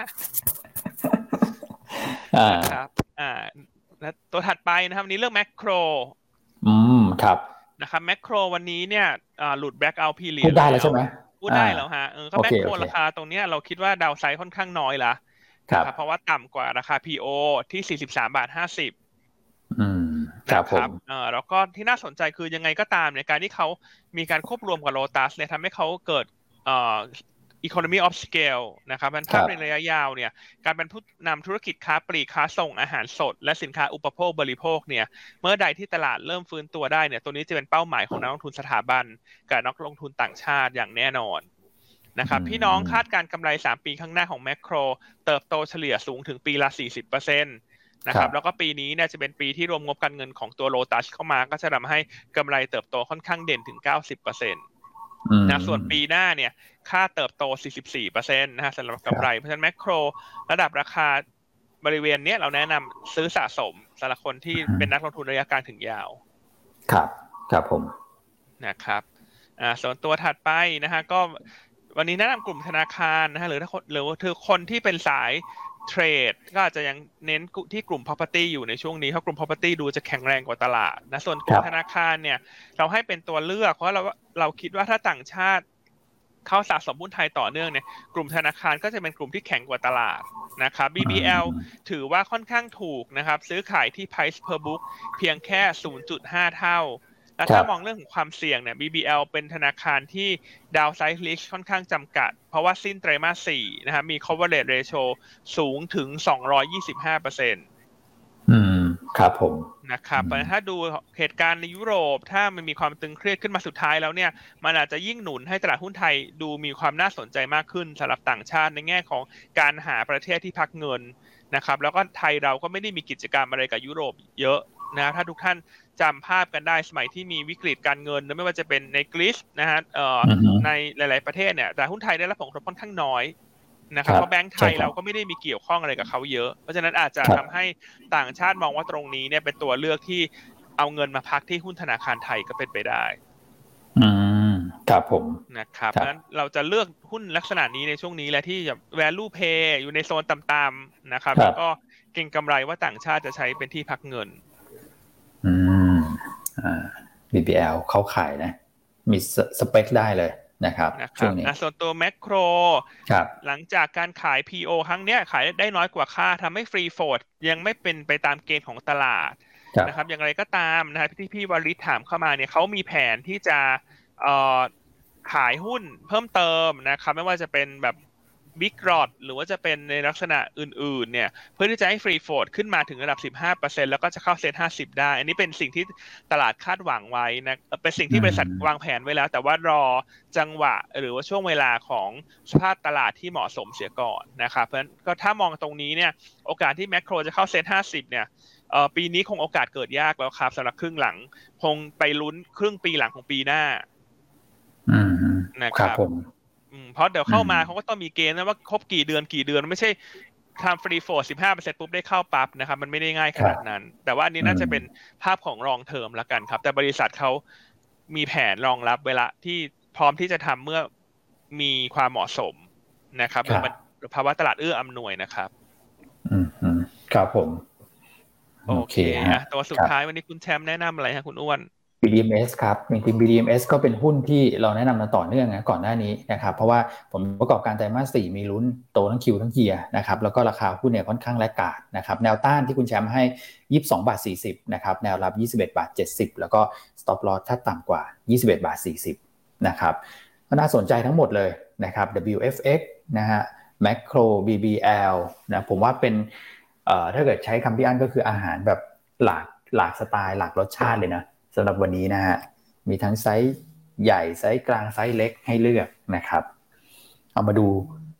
ครับอ่าแล้วตัวถัดไปนะครับวันนี้เรื่องแมคโครอืมครับนะครับแมคโครวันนี้เนี่ยอ่าหลุดแบล็คเอาท์พีเรียดพูดได้แล้วใช่ไหมพูดได้แล้วฮะเออก็แมคโครราคาตรงเนี้ยเราคิดว่าดาวไซด์ค่อนข้างน้อยละครับเพราะว่าต่ำกว่าราคา พี โอ ที่สี่สิบสามบาทห้าสิบอืมครับผมเออแล้วก็ที่น่าสนใจคือยังไงก็ตามในการที่เขามีการควบรวมกับ Lotus เนี่ยทำให้เขาเกิดเอ่อ economy of scale นะครับมันภาพในระยะยาวเนี่ยการเป็นผู้นำธุรกิจค้าปลีกค้าส่งอาหารสดและสินค้าอุปโภคบริโภคเนี่ยเมื่อใดที่ตลาดเริ่มฟื้นตัวได้เนี่ยตัวนี้จะเป็นเป้าหมายของนักลงทุนสถาบันกับนักลงทุนต่างชาติอย่างแน่นอนนะครับพี่น้องคาดการกำไรสามปีข้างหน้าของแมคโครเติบโตเฉลี่ยสูงถึงปีละ สี่สิบเปอร์เซ็นต์ นะครับแล้วก็ปีนี้เนี่ยจะเป็นปีที่รวมงบการเงินของตัว Lotus เข้ามาก็จะทำให้กำไรเติบโตค่อนข้างเด่นถึง เก้าสิบเปอร์เซ็นต์ นะส่วนปีหน้าเนี่ยค่าเติบโต สี่สิบสี่เปอร์เซ็นต์ นะฮะสำหรับกำไรเพราะฉะนั้นแมคโครระดับราคาบริเวณนี้เราแนะนำซื้อสะสมสำหรับคนที่เป็นนักลงทุนระยะกลางถึงยาวครับครับผมนะครับอ่าส่วนตัวถัดไปนะฮะก็วันนี้แนะนำกลุ่มธนาคารนะฮะหรือถ้าคนหรือว่าคือคนที่เป็นสายเทรดก็อาจจะยังเน้นที่กลุ่ม property อยู่ในช่วงนี้เพราะกลุ่ม property ดูจะแข็งแรงกว่าตลาดนะส่วนกลุ่มธนาคารเนี่ยเราให้เป็นตัวเลือกเพราะเราเราคิดว่าถ้าต่างชาติเข้าสะสมหุ้นไทยต่อเนื่องเนี่ยกลุ่มธนาคารก็จะเป็นกลุ่มที่แข็งกว่าตลาดนะครับ บี บี แอล ถือว่าค่อนข้างถูกนะครับซื้อขายที่ price per book เพียงแค่ ศูนย์จุดห้า เท่าแล้วถ้ามองเรื่องของความเสี่ยงเนี่ย บี บี แอล เป็นธนาคารที่ downside risk ค่อนข้างจำกัดเพราะว่าสิ้นไตรมาสสี่นะครับมี coverage ratio สูงถึง สองร้อยยี่สิบห้าเปอร์เซ็นต์อืมครับผมนะครับแต่ถ้าดูเหตุการณ์ในยุโรปถ้ามันมีความตึงเครียดขึ้นมาสุดท้ายแล้วเนี่ยมันอาจจะยิ่งหนุนให้ตลาดหุ้นไทยดูมีความน่าสนใจมากขึ้นสำหรับต่างชาติในแง่ของการหาประเทศที่พักเงินนะครับแล้วก็ไทยเราก็ไม่ได้มีกิจกรรมอะไรกับยุโรปเยอะนะถ้าทุกท่านจำภาพกันได้สมัยที่มีวิกฤตการเงินไม่ว่าจะเป็นในกรีซนะฮะเอ่อในหลายๆประเทศเนี่ยแต่หุ้นไทยได้รับผลกระทบค่อนข้างน้อยนะครับเพราะแบงก์ไทยเราก็ไม่ได้มีเกี่ยวข้องอะไรกับเขาเยอะเพราะฉะนั้นอาจจะทำให้ต่างชาติมองว่าตรงนี้เนี่ยเป็นตัวเลือกที่เอาเงินมาพักที่หุ้นธนาคารไทยก็เป็นไปได้อืมครับผมนะครับเพราะฉะนั้นเราจะเลือกหุ้นลักษณะนี้ในช่วงนี้แหละที่จะ value pay อยู่ในโซนต่ำๆนะครับแล้วก็เก็งกำไรว่าต่างชาติจะใช้เป็นที่พักเงินอืมอ่า บี บี แอล เข้าขายนะมีสเปคได้เลยนะครับช่วงนี้ส่วนตัวแมคโครหลังจากการขาย พี โอ ครั้งนี้ขายได้น้อยกว่าค่าทำให้ฟรีโฟลดยังไม่เป็นไปตามเกณฑ์ของตลาดนะครับอย่างไรก็ตามนะครับที่พี่วริศถามเข้ามาเนี่ยเขามีแผนที่จะเอ่อขายหุ้นเพิ่มเติมนะครับไม่ว่าจะเป็นแบบบิ๊กรอดหรือว่าจะเป็นในลักษณะอื่นๆเนี่ยเพื่อที่จะให้ฟรีโฟลดขึ้นมาถึงระดับ สิบห้าเปอร์เซ็นต์ แล้วก็จะเข้าเซ็ตห้าสิบได้อันนี้เป็นสิ่งที่ตลาดคาดหวังไว้นะเป็นสิ่งที่บริษัทวางแผนไว้แล้วแต่ว่ารอจังหวะหรือว่าช่วงเวลาของสภาพตลาดที่เหมาะสมเสียก่อนนะครับเพราะฉะนั้นก็ถ้ามองตรงนี้เนี่ยโอกาสที่แมคโครจะเข้าเซ็ตห้าสิบเนี่ยเอ่อปีนี้คงโอกาสเกิดยากแล้วครับสำหรับครึ่งหลังคงไปลุ้นครึ่งปีหลังของปีหน้าอืมนะครับเพราะเดี๋ยวเข้ามาเขาก็ต้องมีเกณฑ์นะว่าครบกี่เดือนกี่เดือนไม่ใช่ทำฟรีโฟลด สิบห้าเปอร์เซ็นต์ ปุ๊บได้เข้าปั๊บนะครับมันไม่ได้ง่ายขนาดนั้นแต่ว่าอันนี้น่าจะเป็นภาพของรองเทอมละกันครับแต่บริษัทเขามีแผนรองรับเวลาที่พร้อมที่จะทำเมื่อมีความเหมาะสมนะครับมันภาวะตลาดเอื้ออำนวยนะครับอืมครับผมโอเคอ่ะตัวสุดท้ายวันนี้คุณแชมป์แนะนำอะไรฮะคุณอ้วนบี ดี เอ็ม เอส ครับจริงๆ บี ดี เอ็ม เอส ก็เป็นหุ้นที่เราแนะนำมาต่อเนื่องนะก่อนหน้านี้นะครับเพราะว่าผลประกอบการไตรมาสสี่มีลุ้นโตทั้งคิวทั้งเยียร์นะครับแล้วก็ราคาหุ้นเนี่ยค่อนข้างแลกขาดนะครับแนวต้านที่คุณแชมป์ให้ยี่สิบสองบาทสี่สิบนะครับแนวรับยี่สิบเอ็ดบาทเจ็ดสิบแล้วก็ stop loss ถ้าต่ำกว่ายี่สิบเอ็ดบาทสี่สิบนะครับก็น่าสนใจทั้งหมดเลยนะครับ ดับเบิลยู เอฟ เอ็กซ์ นะฮะ Macro บี บี แอล นะผมว่าเป็นเอ่อถ้าเกิดใช้คำพี่อั้นก็คืออาหารแบบหลากหลากสไตล์หลากรสชาติเลยนะสำหรับวันนี้นะฮะมีทั้งไซส์ใหญ่ไซส์กลางไซส์เล็กให้เลือกนะครับเอามาดู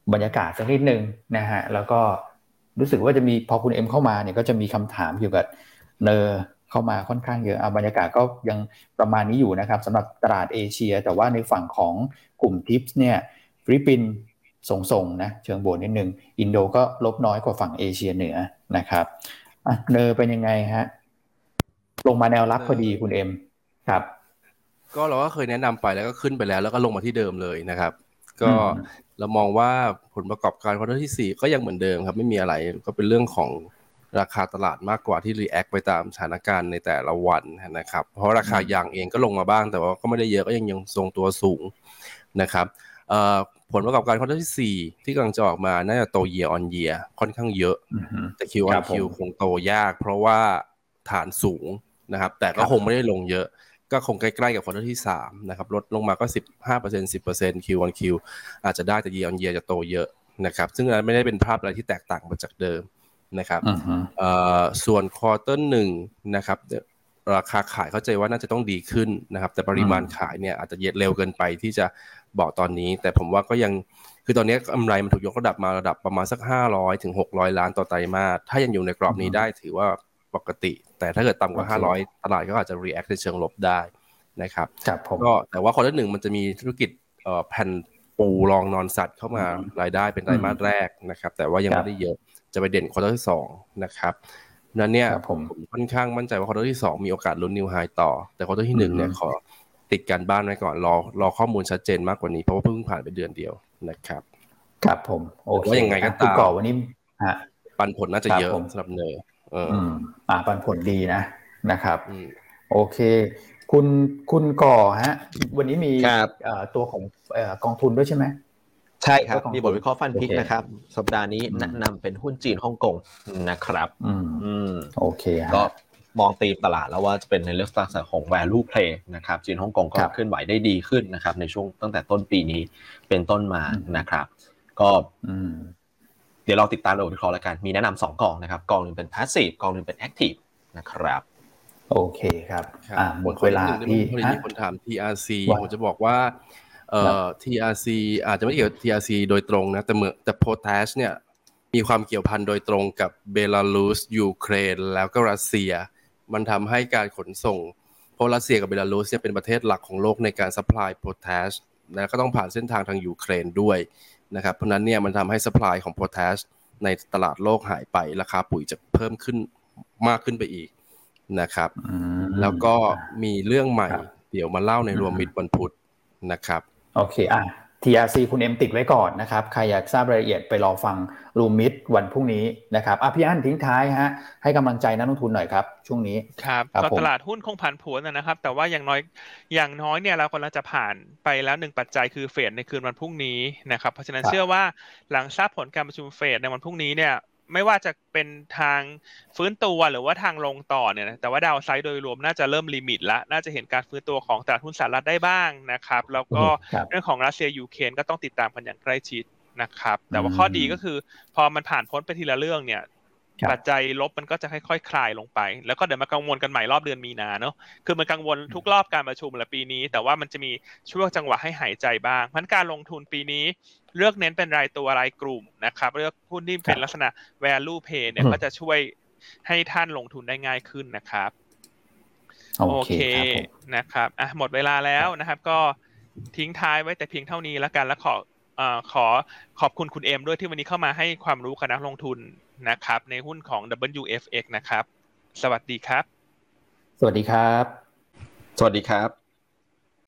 บรรยากาศสักนิดนึงนะฮะแล้วก็รู้สึกว่าจะมีพอคุณเอ็มเข้ามาเนี่ยก็จะมีคำถามเกี่ยวกับเนอเข้ามาค่อนข้างเยอะอ่ะบรรยากาศก็ยังประมาณนี้อยู่นะครับสำหรับตลาดเอเชียแต่ว่าในฝั่งของกลุ่มทิปส์เนี่ยฟิลิปปินส์ส่งๆนะเชิงบวกนิดนึงอินโดก็ลบน้อยกว่าฝั่งเอเชียเหนือนะครับอ่ะเนอเป็นยังไงฮะลงมาแนวรับพอดีคุณเอ็มครับก็เราก็เคยแนะนำไปแล้วก็ขึ้นไปแล้วแล้วก็ลงมาที่เดิมเลยนะครับก็เรามองว่าผลประกอบการควอเตอร์ที่สี่ก็ยังเหมือนเดิมครับไม่มีอะไรก็เป็นเรื่องของราคาตลาดมากกว่าที่รีแอคไปตามสถานการณ์ในแต่ละวันนะครับเพราะราคายางเองก็ลงมาบ้างแต่ว่าก็ไม่ได้เยอะก็ยังยังทรงตัวสูงนะครับผลประกอบการควอเตอร์ที่สี่ที่กำลังจะออกมาน่าจะโต year on year ค่อนข้างเยอะแต่ Q on Q คงโตยากเพราะว่าฐานสูงนะครับแต่ก็คงไม่ได้ลงเยอะก็คงใกล้ๆกับควอเตอร์ที่สามนะครับลดลงมาก็ สิบห้าเปอร์เซ็นต์ สิบเปอร์เซ็นต์ Q on Q อาจจะได้แต่ year on year จะโตเยอะนะครับซึ่งอันไม่ได้เป็นภาพอะไรที่แตกต่างไปจากเดิมนะครับส่วนควอเตอร์หนึ่งนะครับราคาขายเข้าใจว่าน่าจะต้องดีขึ้นนะครับแต่ปริมาณขายเนี่ยอาจจะเร็วเกินไปที่จะบอกตอนนี้แต่ผมว่าก็ยังคือตอนนี้กำไรมันถูกยกระดับมาระดับประมาณสักห้าร้อยถึงหกร้อยล้านต่อไตรมาสถ้ายังอยู่ในกรอบนี้ได้ถือว่าปกติแต่ถ้าเกิดต่ำกว่าห้าร้อยตลาดก็อาจจะ react ในเชิงลบได้นะครับก็แต่ว่าควอเตอร์หนึ่งมันจะมีธุรกิจเอ่อแผ่นปูรองนอนสัตว์เข้ามารายได้เป็นไตรมาสแรกนะครับแต่ว่ายังไม่ได้เยอะจะไปเด่นควอเตอร์ที่สองนะครับนั้นเนี่ยผมค่อนข้างมั่นใจว่าควอเตอร์ที่สองมีโอกาสลุ้นนิวไฮต่อแต่ควอเตอร์ที่หนึ่งเนี่ยขอติดการบ้านไว้ก่อนรอรอข้อมูลชัดเจนมากกว่านี้เพราะว่าเพิ่งผ่านไปเดือนเดียวนะครับครับผมโอเคว่ายังไงก็ตามก่อวันนี้ฮะปันผลน่าจะเยอะสำหรับเนยเอออ่าปันผลดีนะนะครับโอเคคุณคุณก่อฮะวันนี้มีตัวของกองทุนด้วยใช่ไหมใช่ครับมีบทวิเคราะห์ฟันพิกนะครับสัปดาห์นี้แนะนำเป็นหุ้นจีนฮ่องกงนะครับอืมอืมโอเคก็มองตีมตลาดแล้วว่าจะเป็นในเรื่องลักษณะของ value play นะครับจีนฮ่องกงก็เคลื่อนไหวได้ดีขึ้นนะครับในช่วงตั้งแต่ต้นปีนี้เป็นต้นมานะครับก็เดี๋ยวเราติดตามบทวิเคราะห์แล้วกันมีแนะนำสองกองนะครับกองนึงเป็น passive กองนึงเป็น active นะครับโอเคครับอ่าหมดเวลาที่มีคนถาม ที อาร์ ซี ผมจะบอกว่าเอ่อ ที อาร์ ซี อาจจะไม่เกี่ยวกับ ที อาร์ ซี โดยตรงนะแต่เมื่อแต่ Potash เนี่ยมีความเกี่ยวพันโดยตรงกับเบลารุสยูเครนแล้วก็รัสเซียมันทำให้การขนส่งเพราะรัสเซียกับเบลารุสเนี่ยเป็นประเทศหลักของโลกในการซัพพลายโพแทสนะก็ต้องผ่านเส้นทางทางยูเครนด้วยนะครับเพราะนั้นเนี่ยมันทำให้ซัพพลายของโพแทสในตลาดโลกหายไปราคาปุ๋ยจะเพิ่มขึ้นมากขึ้นไปอีกนะครับแล้วก็มีเรื่องใหม่เดี๋ยวมาเล่าในรวมมิตรวันพุธนะครับโอเคอ่ะ ที อาร์ ซี คุณเอ็มติดไว้ก่อนนะครับใครอยากทราบรายละเอียดไปรอฟังรูมิดวันพรุ่งนี้นะครับอ่ะพี่อั้นทิ้งท้ายฮะให้กำลังใจนักลงทุนหน่อยครับช่วงนี้ครับก็ตลาดหุ้นคงผันผวนนะครับแต่ว่าอย่างน้อยอย่างน้อยเนี่ยเรากำลังจะผ่านไปแล้วหนึ่งปัจจัยคือเฟดในคืนวันพรุ่งนี้นะครับเพราะฉะนั้นเชื่อว่าหลังทราบผลการประชุมเฟดในวันพรุ่งนี้เนี่ยไม่ว่าจะเป็นทางฟื้นตัวหรือว่าทางลงต่อเนี่ยแต่ว่าดาวไซด์โดยรวมน่าจะเริ่มลิมิตแล้วน่าจะเห็นการฟื้นตัวของตลาดหุ้นสหรัฐได้บ้างนะครับแล้วก็เรื่องของรัสเซียยูเครนก็ต้องติดตามกันอย่างใกล้ชิดนะครับแต่ว่าข้อดีก็คือพอมันผ่านพ้นไปทีละเรื่องเนี่ยปัจจัยลบมันก็จะค่อยๆคลายลงไปแล้วก็เดี๋ยวมากังวลกันใหม่รอบเดือนมีนาเนาะคือมันกังวลทุกรอบการประชุมละปีนี้แต่ว่ามันจะมีช่วงจังหวะให้หายใจบ้างเพราะฉะนั้นการลงทุนปีนี้เลือกเน้นเป็นรายตัวรายกลุ่มนะครับเลือกหุ้นที่เป็นลักษณะ value play เนี่ยก็จะช่วยให้ท่านลงทุนได้ง่ายขึ้นนะครับโอเคนะครับอ่ะหมดเวลาแล้วนะครับก็ทิ้งท้ายไว้แต่เพียงเท่านี้แล้วกันแล้วขอเอ่อขอขอบคุณคุณเอ็มด้วยที่วันนี้เข้ามาให้ความรู้กับนักลงทุนนะครับในหุ้นของ ดับเบิลยู เอฟ เอ็กซ์ นะครับสวัสดีครับสวัสดีครับสวัสดีครับ